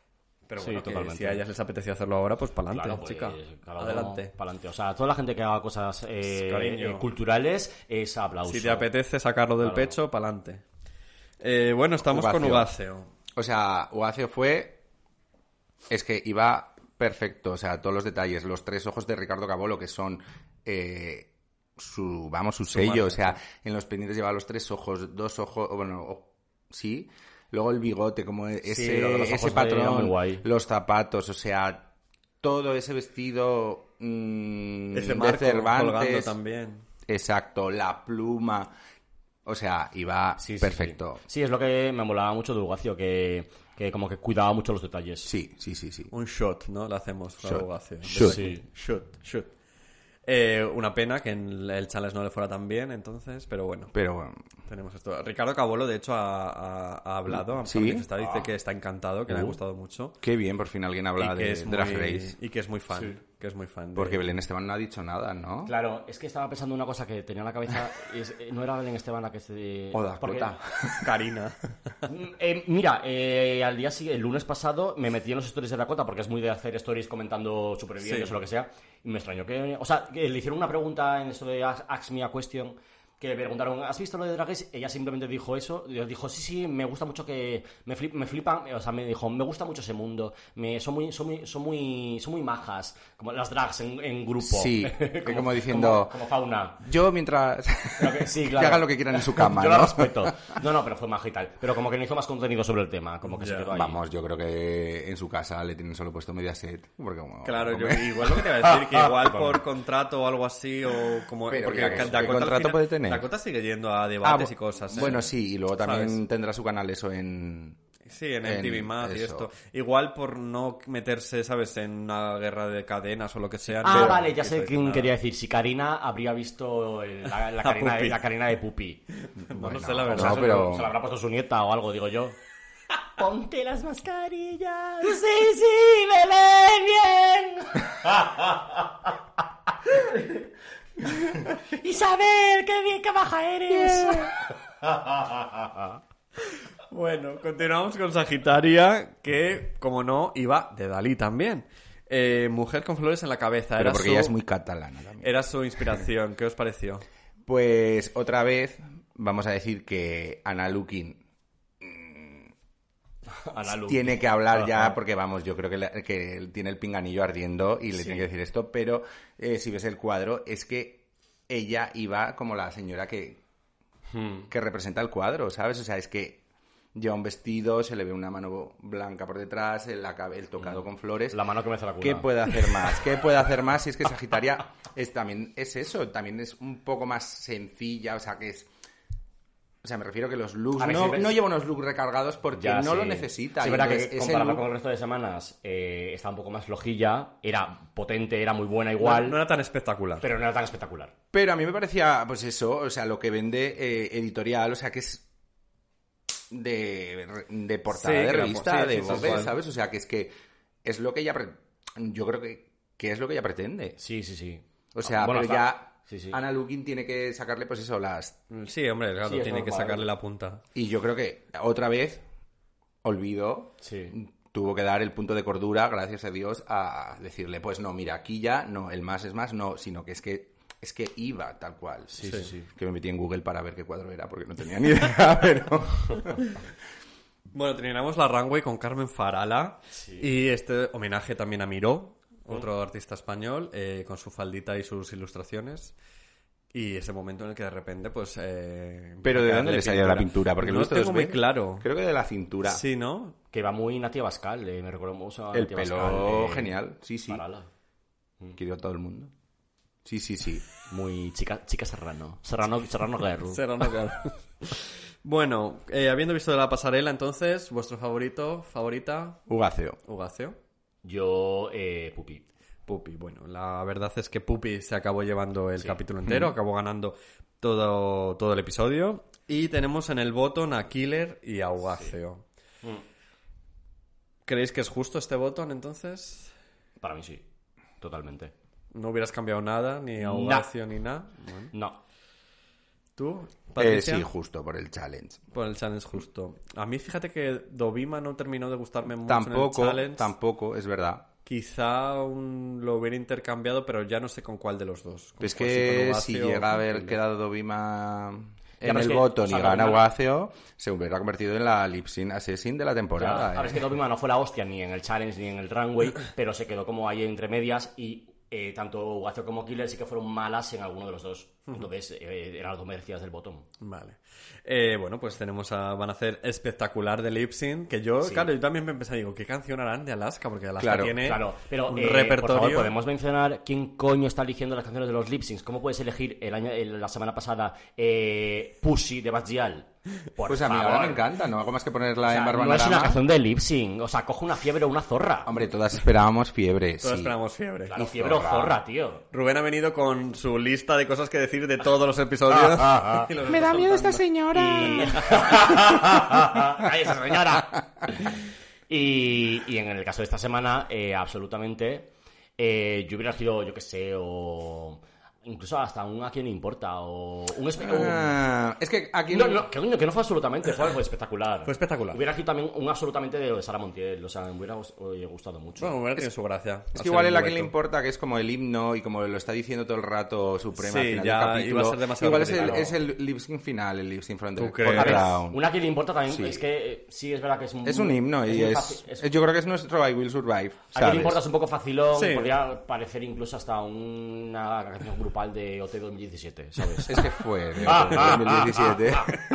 Pero Sí, bueno, que totalmente. si a ellas les apetece hacerlo ahora, pues para adelante, Claro, pues, chica. claro, Adelante. Pa'lante. O sea, toda la gente que haga cosas eh, Cariño. eh, culturales es aplauso. Si te apetece sacarlo del Claro. pecho, para adelante. Eh, bueno, estamos con Ugacio. Ugáceo. O sea, Ugacio fue... Es que iba perfecto, o sea, todos los detalles, los tres ojos de Ricardo Cabolo, que son... Eh, su, vamos, su, sello, marca, o sea, en los pendientes lleva los tres ojos, dos ojos, bueno, o- sí, luego el bigote, como ese, lo de los ojos ese era muy patrón, guay. los zapatos, o sea, todo ese vestido mm, Ese de marco colgando Cervantes, también. exacto, la pluma, o sea, iba Sí, sí, perfecto. Sí. Sí, es lo que me molaba mucho de Ugacio, que, que como que cuidaba mucho los detalles. Sí, sí, sí, sí. Un shot, ¿no? Le hacemos a Shot. Ugáceo. Shot. Sí. Shot, shot. Eh, una pena que en el Challenge no le fuera tan bien, entonces, pero bueno. Pero bueno, Tenemos esto. Ricardo Cabolo, de hecho, ha, ha- ha hablado, ha ¿Sí? manifestado, dice que está encantado, que le ha Uh. gustado mucho. qué bien, por fin alguien habla y que de es Drag muy, Race. Y que es muy fan. Sí. Que es muy fan. de- Porque Belén Esteban no ha dicho nada, ¿no? Claro, es que estaba pensando una cosa que tenía en la cabeza. Es, eh, no era Belén Esteban la que se. O porque- Dakota. Karina. Eh, mira, eh, al día siguiente, el lunes pasado, me metí en los stories de Dakota porque es muy de hacer stories comentando supervivientes Sí. o lo que sea. Y me extrañó que. O sea, que le hicieron una pregunta en esto de Ask Ask Me a Question. Que le preguntaron, ¿has visto lo de Drag Race? Ella simplemente dijo eso. y Dijo, sí, sí, me gusta mucho que. Me, flip, me flipan. O sea, me dijo, me gusta mucho ese mundo. Me, son, muy, son, muy, son, muy, son muy majas. Como las drags en, en grupo. Sí, que como diciendo- Como, como fauna. Yo mientras... Pero que- sí, que claro. hagan lo que quieran en su cama, Yo ¿no? la respeto. No, no, pero fue maja y tal. Pero como que no hizo más contenido sobre el tema. Como que se Ya. quedó ahí. Vamos, yo creo que en su casa le tienen solo puesto Mediaset. Porque como, Claro, yo, como- igual lo que te iba a decir, que igual por contrato o algo así, o como... Pero porque mira, ¿qué- Dakota qué al contrato final- puede tener? Dakota sigue yendo a Ah, debates bu- y cosas. ¿eh? Bueno, sí, y luego también ¿Sabes? tendrá su canal eso en... Sí, en M T V en más y eso. esto. Igual por no meterse, ¿sabes? En una guerra de cadenas o lo que sea. Ah, pero- vale, ya que sé eso quién nada. quería decir. Si Karina habría visto el- la, la, Karina, Pupi. de, la Karina de Pupi. No Bueno, lo sé, la O verdad. sea, No, se, pero- se la habrá puesto su nieta o algo, digo yo. Ponte las mascarillas. Sí, sí, bebé, bien. Isabel, qué bien, qué baja eres. Bueno, continuamos con Sagitaria, que, como no, iba de Dalí también. Eh, mujer con flores en la cabeza. Pero era porque su, ella es muy catalana también. Era su inspiración. ¿Qué os pareció? Pues otra vez vamos a decir que Ana Lukin Ana Lu. tiene que hablar ya Ajá. porque vamos, yo creo que, le- que él tiene el pinganillo ardiendo y le Sí. tiene que decir esto, pero eh, si ves el cuadro es que ella iba como la señora que, Hmm. que representa el cuadro, ¿sabes? O sea, es que lleva un vestido, se le ve una mano blanca por detrás, el, acabe- el tocado con flores. La mano que me hace la cuna. ¿Qué puede hacer más? ¿Qué puede hacer más si es que Sagitaria es también es eso? También es un poco más sencilla, o sea, que es... O sea, me refiero que los looks... A ver, No, si ves- no lleva unos looks recargados porque Ya, no sí. lo necesita. Sí, y es verdad que entonces ese comparado look- con el resto de semanas eh, está un poco más flojilla. Era potente, era muy buena No, igual. no era tan espectacular. Pero no era tan espectacular. Pero a mí me parecía, pues eso, o sea, lo que vende eh, editorial, o sea, que es de, de portada Sí, de que la- revista, sí, de sí, tal Vogue, cual. ¿sabes? O sea, que es que es lo que ella... pre- Yo creo que, que es lo que ella pretende. Sí, sí, sí. O sea, Bueno, pero está- ya Sí, sí. Ana Lukin tiene que sacarle, pues eso, las... Sí, hombre, claro, Sí, es tiene que normal. sacarle la punta. Y yo creo que otra vez, olvido, Sí. tuvo que dar el punto de cordura, gracias a Dios, a decirle, pues no, mira, aquí ya, no, el más es más, no, sino que es que es que iba tal cual. Sí, sí, sí. Que me metí en Google para ver qué cuadro era, porque no tenía ni idea, pero... Bueno, terminamos la runway con Carmen Farala. Sí. Y este homenaje también a Miró, otro artista español, eh, con su faldita y sus ilustraciones. Y ese momento en el que de repente, pues... Eh, Pero ¿de darle dónde le salía la pintura? Porque no lo he visto tengo dos muy veces. claro. Creo que de la cintura. Sí, ¿no? Que va muy Natia Bascal, eh, me recuerdo mucho a El Natia pelo Bascal, eh, genial, sí, sí. Farala. Que dio todo el mundo. Sí, sí, sí. Muy chica, chica Serrano. Serrano, Serrano Guerrero. Serrano, claro. Bueno, eh, habiendo visto de la pasarela, entonces, vuestro favorito, favorita, Ugáceo. Ugáceo. Yo, eh, Pupi. Pupi, bueno, la verdad es que Pupi se acabó llevando el Sí. capítulo entero, acabó ganando todo, todo el episodio. Y tenemos en el botón a Killer y a Ugáceo. ¿Creéis que es justo este botón, entonces? Para mí sí, totalmente. ¿No hubieras cambiado nada, ni a No. Ugáceo ni nada? Bueno. No. ¿Tú, Eh, Patricia? sí, justo, por el challenge. Por el challenge justo. A mí, fíjate que Dovima no terminó de gustarme mucho Tampoco, en el challenge. tampoco, es verdad. Quizá un- lo hubiera intercambiado, pero ya no sé con cuál de los dos. Con Es José, que con Ugacio si o llega a con haber Hilde. quedado Dovima Ya, en pero es el que, botón o sea, y gana Dovima- Ugacio, se hubiera convertido en la lip sync assassin de la temporada. Ya, sabes ¿eh? que Dovima no fue la hostia ni en el challenge ni en el runway, pero se quedó como ahí entre medias y eh, tanto Ugacio como Killer sí que fueron malas en alguno de los dos. Entonces eh, eran las dos merecidas del botón. Vale. Eh, bueno, pues tenemos a... Van a hacer espectacular de lip sync, que yo, Sí. claro, yo también me empecé, digo, ¿qué canción harán de Alaska? Porque Alaska Claro, tiene Claro, pero un eh, repertorio... por favor, podemos mencionar quién coño está eligiendo las canciones de los lip syncs. ¿Cómo puedes elegir el año, el- la semana pasada eh, Pussy de Bajal? Por Pues a mí favor. ahora me encanta, no hago más que ponerla O sea, en no es Barbanarama. una canción de lip sync, o sea, coge una fiebre o una zorra. Hombre, todas esperábamos fiebre, Todos sí. esperamos fiebre. Claro, y fiebre o zorra. zorra, tío. Rubén ha venido con su lista de cosas que decir de todos los episodios. Y los Me está da miedo esta soltando. señora. Y... ¡Cállese, señora! Y, y en el caso de esta semana, eh, absolutamente, eh, yo hubiera elegido, yo qué sé, o incluso hasta un A quién le importa, o un... espe- o- Ah, es que aquí No, no, que, coño, que no fue absolutamente, fue algo espectacular. Fue espectacular. Hubiera elegido también un absolutamente de Sara Montiel, o sea, me hubiera gust- oye, gustado mucho. Bueno, bueno, tiene su gracia. Es Al que igual ser es un la que le dueto. importa, que es como el himno y como lo está diciendo todo el rato Suprema Sí, al final ya del iba a capítulo. ser demasiado Igual es el, repetitivo. es el lip sync final, el lip sync from the ¿Tú crees? A ver, Crown. una que le importa también Sí. es que eh, sí es verdad que es un... Es un himno y muy es, fácil- es- es- yo creo que es nuestro I Will Survive, A quien ¿sabes? le importa es un poco facilón, Sí. podría parecer incluso hasta una canción grupal de O T dos mil diecisiete, ¿sabes? Es que fue de dos mil diecisiete.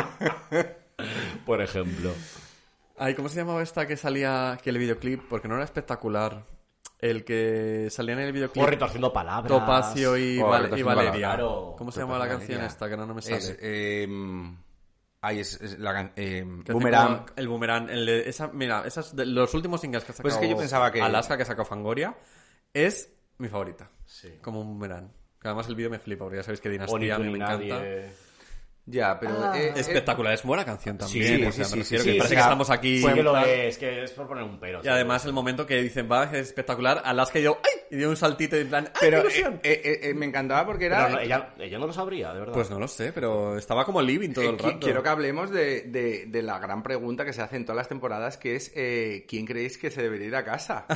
Por ejemplo. Ay, ¿cómo se llamaba esta que salía, que el videoclip? Porque no era espectacular. El que salía en el videoclip. O retorciendo palabras. Topacio y, Oh, Val- y retorciendo Valeria. palabras. Claro. ¿Cómo se llama la Valeria. canción esta? Que no, no me sale. Es, eh, ay, es, es la can- eh, Que hace Boomerang. como El Boomerang. El de esa, mira, esas de los últimos singles que ha sacado Pues es que yo pensaba que- Alaska, que ha sacado Fangoria, es mi favorita. Sí. Como un Boomerang. Que además el vídeo me flipa, porque ya sabéis que O ni Dinastía a tú mí ni me nadie. encanta. Ya, pero... eh, eh, Espectacular, es buena canción también. Sí, o sea, sí, me sí, refiero sí, que sí, parece sí. que estamos aquí. Sí que lo tal. es, que es por poner un pero. Y además el momento que dicen, va, es espectacular, Alaska y yo, ¡ay! Y dio un saltito y en plan, ¡ay, pero qué eh, ilusión! eh, eh, eh, me encantaba porque era... Pero no, ella, ella no lo sabría, de verdad. Pues no lo sé, pero estaba como living todo Eh, el qui- rato. Quiero que hablemos de, de- de la gran pregunta que se hace en todas las temporadas, que es eh, ¿quién creéis que se debería ir a casa?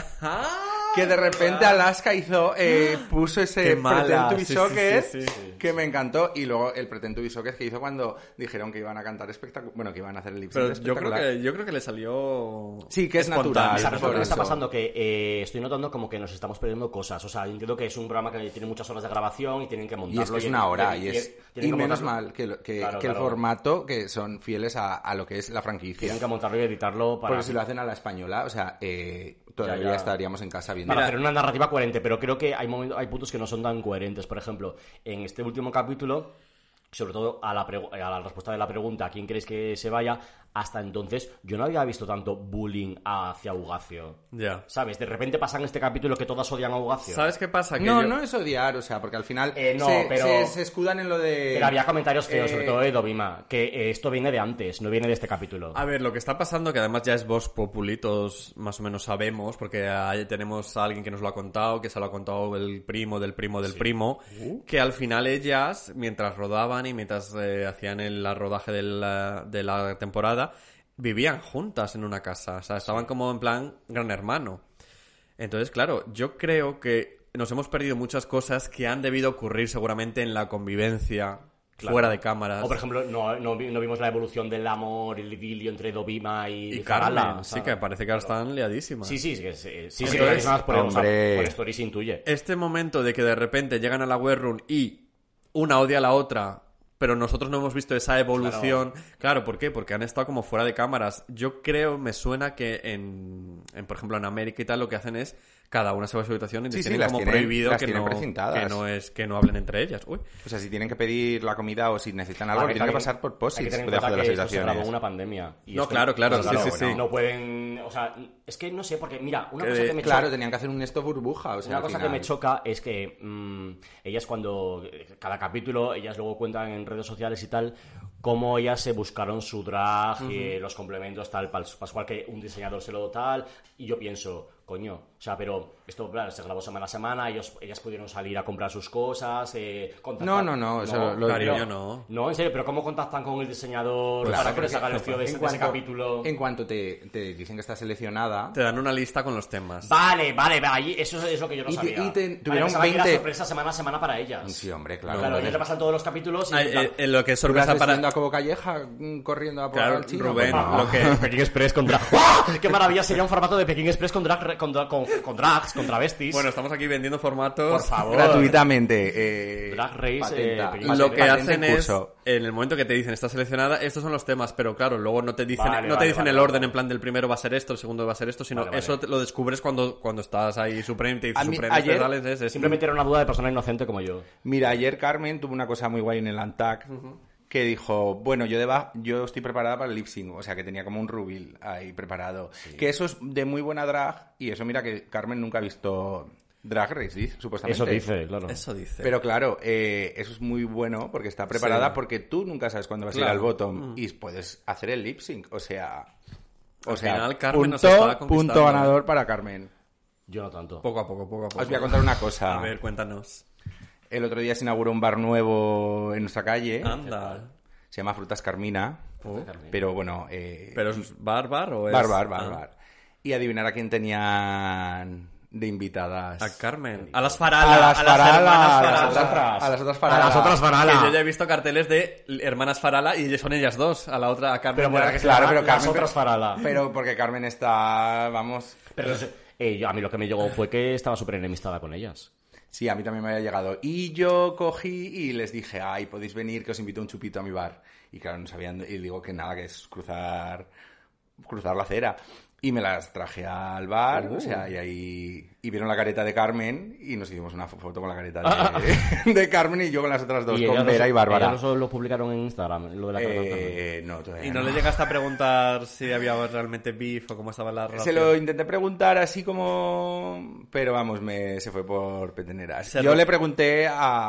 Que de repente Alaska hizo, eh, puso ese Qué mala, Pretend to be sí, sí, Shocked, sí, sí. que me encantó, y luego el Pretend to be Shocked que hizo cuando dijeron que iban a cantar espectacular, bueno, que iban a hacer el lip sync Pero yo creo, espectacular. que, yo creo que le salió... Sí, que es espontáneo. natural. ¿Sabes lo por que me está eso. pasando? Que eh, estoy notando como que nos estamos perdiendo cosas. O sea, entiendo que es un programa que tiene muchas horas de grabación y tienen que montarlo. Y es que es una hora, y, y- es tienen y que menos montarlo- mal que, lo- que, Claro, que el claro. formato, que son fieles a, a lo que es la franquicia. Tienen que montarlo y editarlo para, Porque si lo hacen a la española, o sea, eh, todavía Ya, ya. estaríamos en casa viendo. para hacer una narrativa coherente. Pero creo que hay momentos, hay puntos que no son tan coherentes. Por ejemplo, en este último capítulo, sobre todo a la, pregu- a la respuesta de la pregunta ¿a quién crees que se vaya? Hasta entonces yo no había visto tanto bullying hacia Ugacio. Ya. ¿Sabes? De repente pasa en este capítulo que todas odian a Ugacio. ¿Sabes qué pasa? Que No, yo- no es odiar, o sea, porque al final Eh, no, se, pero- se- se escudan en lo de... Pero había comentarios feos, Eh, sobre todo de Dovima, que eh, esto viene de antes, no viene de este capítulo. A ver, lo que está pasando, que además ya es Vox Populi, todos más o menos sabemos, porque ahí tenemos a alguien que nos lo ha contado, que se lo ha contado el primo del primo del primo, que al final ellas, mientras rodaban y mientras eh, hacían el rodaje de la, de la temporada, vivían juntas en una casa, o sea, estaban como en plan gran hermano. Entonces, claro, yo creo que nos hemos perdido muchas cosas que han debido ocurrir seguramente en la convivencia, Claro. fuera de cámaras. O, por ejemplo, no, no, vi- no vimos la evolución del amor, el idilio entre Dovima y, y Zarala, Carmen, o sí, sea, que parece que ahora están liadísimas. Sí, sí, sí, que sí, sí, sí, Entonces, que clarísimas por, o sea, hombre. por story se intuye. Este momento de que de repente llegan a la web room y una odia a la otra, pero nosotros no hemos visto esa evolución. Claro, ¿por qué? Porque han estado como fuera de cámaras. Yo creo, me suena que en, en por ejemplo, en América y tal, lo que hacen es cada una se va a su habitación y Sí, les sí, tienen las como tienen- prohibido las que tienen no, precintadas. que no es que no hablen entre ellas. Uy. O sea, si tienen que pedir la comida o si necesitan algo, A ver, tienen que también pasar por hay que posits tener en debajo de cuenta las que esto se grabó en habitaciones. una pandemia. Y No, esto- claro, claro, pues sí, sí, sí. No pueden... O sea, es que no sé, porque mira, una Que cosa de- que me Claro, choca... tenían que hacer un esto burbuja, o sea, Una al cosa que final. me choca es que mm, ellas cuando, cada capítulo, ellas luego cuentan en redes sociales y tal, cómo ellas se buscaron su drag, y los complementos tal, pas- Pascual que un diseñador se lo tal, y yo pienso, coño, o sea, pero Esto, claro, se grabó semana a semana, ellos, ellas pudieron salir a comprar sus cosas, eh, contactar... No, no, no, eso lo Cariño, yo. no. No, en serio, pero ¿cómo contactan con el diseñador Claro, para que les porque- haga el vestido de, ese- en de ese cuanto- capítulo? En cuanto te, te dicen que estás seleccionada... Te dan una lista con los temas. Vale, vale, vale, ahí- eso es lo que yo no Y te- sabía. y te- Vale, tuvieron pensaba que era veinte sorpresa semana a semana para ellas. Sí, hombre, claro. Claro, ellos Entonces, repasan todos los capítulos y... Ah, eh, eh, lo que es ¿tú la sorpresa estás para... viendo a Cobo Calleja mm, corriendo a por Claro, al chino? Rubén, Pues no. lo que... Pekín Express contra... ¡Ah! ¡Qué maravilla! Sería un formato de Pekín Express con, drag, con, con, con drags, con travestis. Bueno, estamos aquí vendiendo formatos. por favor. Gratuitamente. Eh, Drag Race, patenta. eh, Pekín Lo Express. que Patente hacen en es, curso. en el momento que te dicen está seleccionada, estos son los temas, pero claro, luego no te dicen, Vale, no te vale, dicen vale, el vale. orden en plan del primero va a ser esto, el segundo va a ser esto, sino Vale, vale. eso te lo descubres cuando, cuando estás ahí Supreme, te dice A mí, Supreme, ayer- te sales, es, es- Simplemente era una duda de persona inocente como yo. Mira, ayer Carmen tuvo una cosa muy guay en el Antac que dijo, bueno, yo deba, yo estoy preparada para el lip sync, o sea, que tenía como un rubil ahí preparado. Que eso es de muy buena drag y eso mira que Carmen nunca ha visto Drag Race, ¿sí? Supuestamente. Eso dice, claro. Eso dice. Pero claro, eh, eso es muy bueno porque está preparada Sí. porque tú nunca sabes cuándo vas a ir Claro. al bottom y puedes hacer el lip sync, o sea... O Al sea, final, Carmen nos punto, está conquistando, punto ¿eh? ganador para Carmen. Yo no tanto. Poco a poco, poco a poco. Os voy a contar una cosa. A ver, cuéntanos. El otro día se inauguró un bar nuevo en nuestra calle. Anda. Se llama Frutas Carmina. Oh. Pero bueno... Eh, ¿Pero es bar, bar o es...? bar, bar, bar, Ah. bar. Y adivinar a quién tenían de invitadas. A Carmen. A las Farala. A las hermanas Farala, a las Farala. otras- a las otras A Farala. las otras Farala. Que yo ya he visto carteles de hermanas Farala y son ellas dos. A la otra, a Carmen. Pero bueno, ya- que se Claro, llama pero las Carmen- otras Farala. Pero porque Carmen está, vamos... Pero eh, yo- a mí lo que me llegó fue que estaba súper enemistada con ellas. Sí, a mí también me había llegado. Y yo cogí y les dije, ay, podéis venir, que os invito un chupito a mi bar. Y claro, no sabían, y digo que nada, que es cruzar, cruzar la acera. Y me las traje al bar, Uh. o sea, y ahí... Y vieron la careta de Carmen y nos hicimos una foto con la careta de, de Carmen y yo con las otras dos, con ellas Vera lo- y Bárbara. ellas lo, lo publicaron en Instagram, lo de la carta. Eh, no, todavía Y no le llegaste a preguntar si había realmente beef o cómo estaba la relación. Se lo intenté preguntar así como... Pero vamos, me se fue por peteneras. Se Yo lo- le pregunté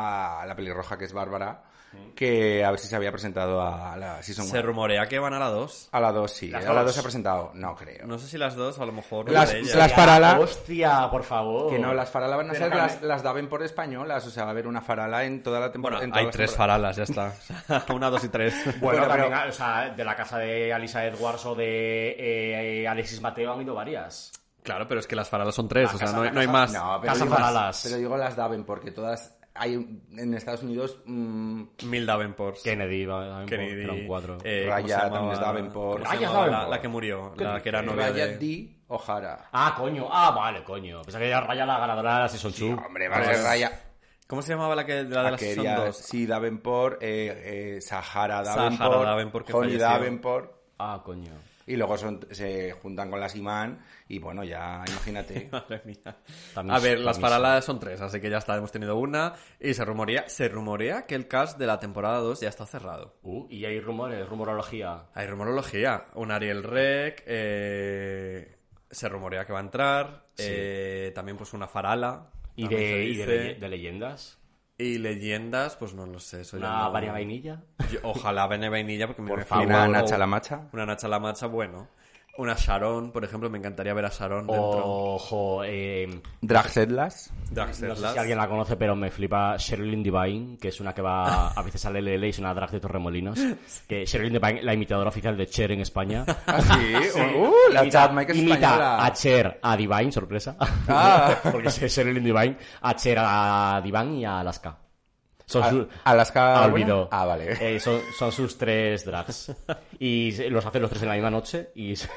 a la pelirroja, que es Bárbara, que a ver si se había presentado a la Season Se uno. rumorea que van a la dos. A la dos, sí. ¿Las A la dos? dos se ha presentado. No creo. No sé si las dos o a lo mejor una Las- de ellas. las- Farala- Hostia, por favor. Que no, las Farala van a Pero ser las, Carmen- las Daven por españolas. O sea, va a haber una Farala en toda la Bueno, temporada. hay tres faralas, ya está. Una, dos y tres. Bueno, Bueno, también, pero- o sea, de la casa de Alisa Edwards o de eh, Alexis Mateo han ido varias. Claro, pero es que las faralas son tres, La o sea, casa- no, hay- la no hay casa- más. No, pero Casa digo, Faralas. pero digo las Daven porque todas... Hay en Estados Unidos... mm, Mil Davenports. Kennedy, va- Kennedy. eran cuatro. eh, ¿cómo Raya se llamaba? también es Davenport. ¿Cómo se Raya es llamaba? La, Davenport. la que murió, la que era novia Raya de... D. O'Hara. Ah, coño. Ah, vale, coño. Pensaba que era Raya la ganadora de la Season Sí, dos. hombre, va a ser Raya... ¿Cómo se llamaba la, que, la de la Season Aqueria, dos? sí, Davenport, eh, eh, Sahara Sahara Davenport, Davenport, que Honey falleció. Davenport, Ah, coño. y luego son, se juntan con las Imán, y bueno, ya imagínate. Madre mía. También A ver, sí, las también faralas son tres, así que ya está, hemos tenido una. Y se rumorea, se rumorea que el cast de la temporada dos ya está cerrado. Uh, y hay rumores, rumorología. Hay rumorología. Un Ariel Rec, eh, se rumorea que va a entrar. eh, también pues una farala. ¿Y también se de, y de, dice. leye- de leyendas? Y leyendas, pues no lo sé. Eso ya ¿Una no- Varia Vainilla? Yo- ojalá Bene Vainilla porque me Por me favor. flipa. Una O- Nacha la Macha. Una Nacha la Macha, bueno. Una Sharon, por ejemplo, me encantaría ver a Sharon dentro. Ojo, eh, Drag Sedlas. Drag no sé Setlas. si alguien la conoce, pero me flipa Sherilyn Divine, que es una que va a veces al L L y es una drag de Torremolinos. Que Sherilyn Divine, la imitadora oficial de Cher en España. Ah, sí, uh, la Imita- Chad Mike es imita española. a Cher, a Divine, sorpresa. Ah. Porque es Sherilyn Divine, a Cher, a Divine y a Alaska. Son A- su- Alaska. Ah, olvidó. Ah, vale. Eh, son, son sus tres drags. Y se- los hacen los tres en la misma noche. Y se-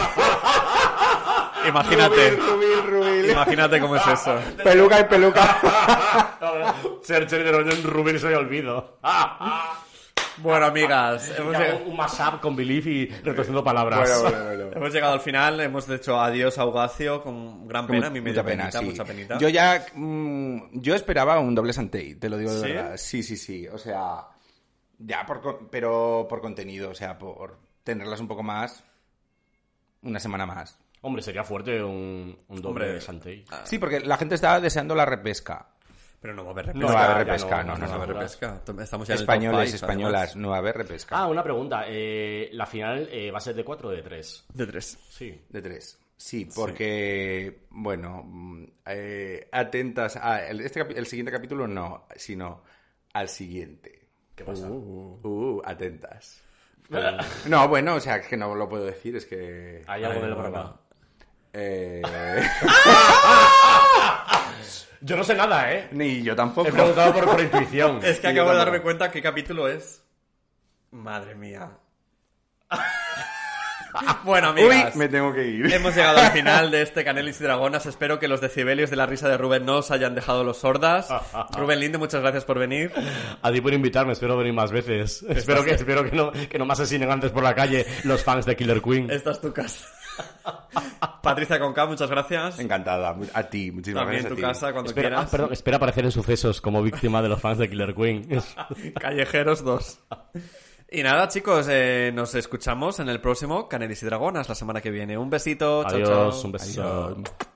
Imagínate. Rubil, Rubil. Imagínate cómo es eso. Peluca y peluca. Cher, Cher de Roñón Rubén se me olvido. Bueno, amigas, hemos, Y hago lleg- un mashup con Belief y retorciendo palabras. Bueno, bueno, bueno. hemos llegado al final. Hemos dicho adiós a Ugacio con gran pena. A mí me dio Mucha pena, penita, sí. mucha penita. Yo ya... mm, yo esperaba un doble Santei, te lo digo de ¿Sí? verdad. Sí, sí, sí. O sea... Ya, por, con- pero por contenido. O sea, por tenerlas un poco más... Una semana más. Hombre, sería fuerte un, un doble Hombre. de Santei. Sí, porque la gente estaba deseando la repesca. Pero no va a haber No, repesca. va a haber ya repesca, no, no, no, No va a haber no. repesca. Estamos ya en el Españoles, top five, españolas, además. no va a haber repesca. Ah, una pregunta. Eh, ¿La final eh, va a ser de cuatro o de tres? De tres. Sí. De tres. Sí, porque, sí. bueno, eh, atentas a... El, este, el siguiente capítulo no, sino al siguiente. ¿Qué pasa? Uh, uh atentas. Pero, no, bueno, o sea, es que no lo puedo decir, es que... Hay algo del programa. Eh... Yo no sé nada, ¿eh? Ni yo tampoco. He preguntado por, por intuición. Es que acabo de darme cuenta qué capítulo es. Madre mía. Bueno, amigas, Uy, me tengo que ir. Hemos llegado al final de este Canelis y Dragonas. Espero que los decibelios de la risa de Rubén no os hayan dejado los sordas. Rubén Linde, muchas gracias por venir. A ti por invitarme, espero venir más veces. Espero que, espero que no, que no me asesinen antes por la calle los fans de Killer Queen. Esta es tu casa. Patricia Conca, muchas gracias. Encantada. A ti, muchísimas También gracias. En tu a ti. casa, cuando espera, quieras. Ah, perdón, espera aparecer en Sucesos como víctima de los fans de Killer Queen. Callejeros dos. Y nada, chicos, eh, nos escuchamos en el próximo Canelis y Dragonas la semana que viene. Un besito. Adiós, chao, chao. un besito. Adiós.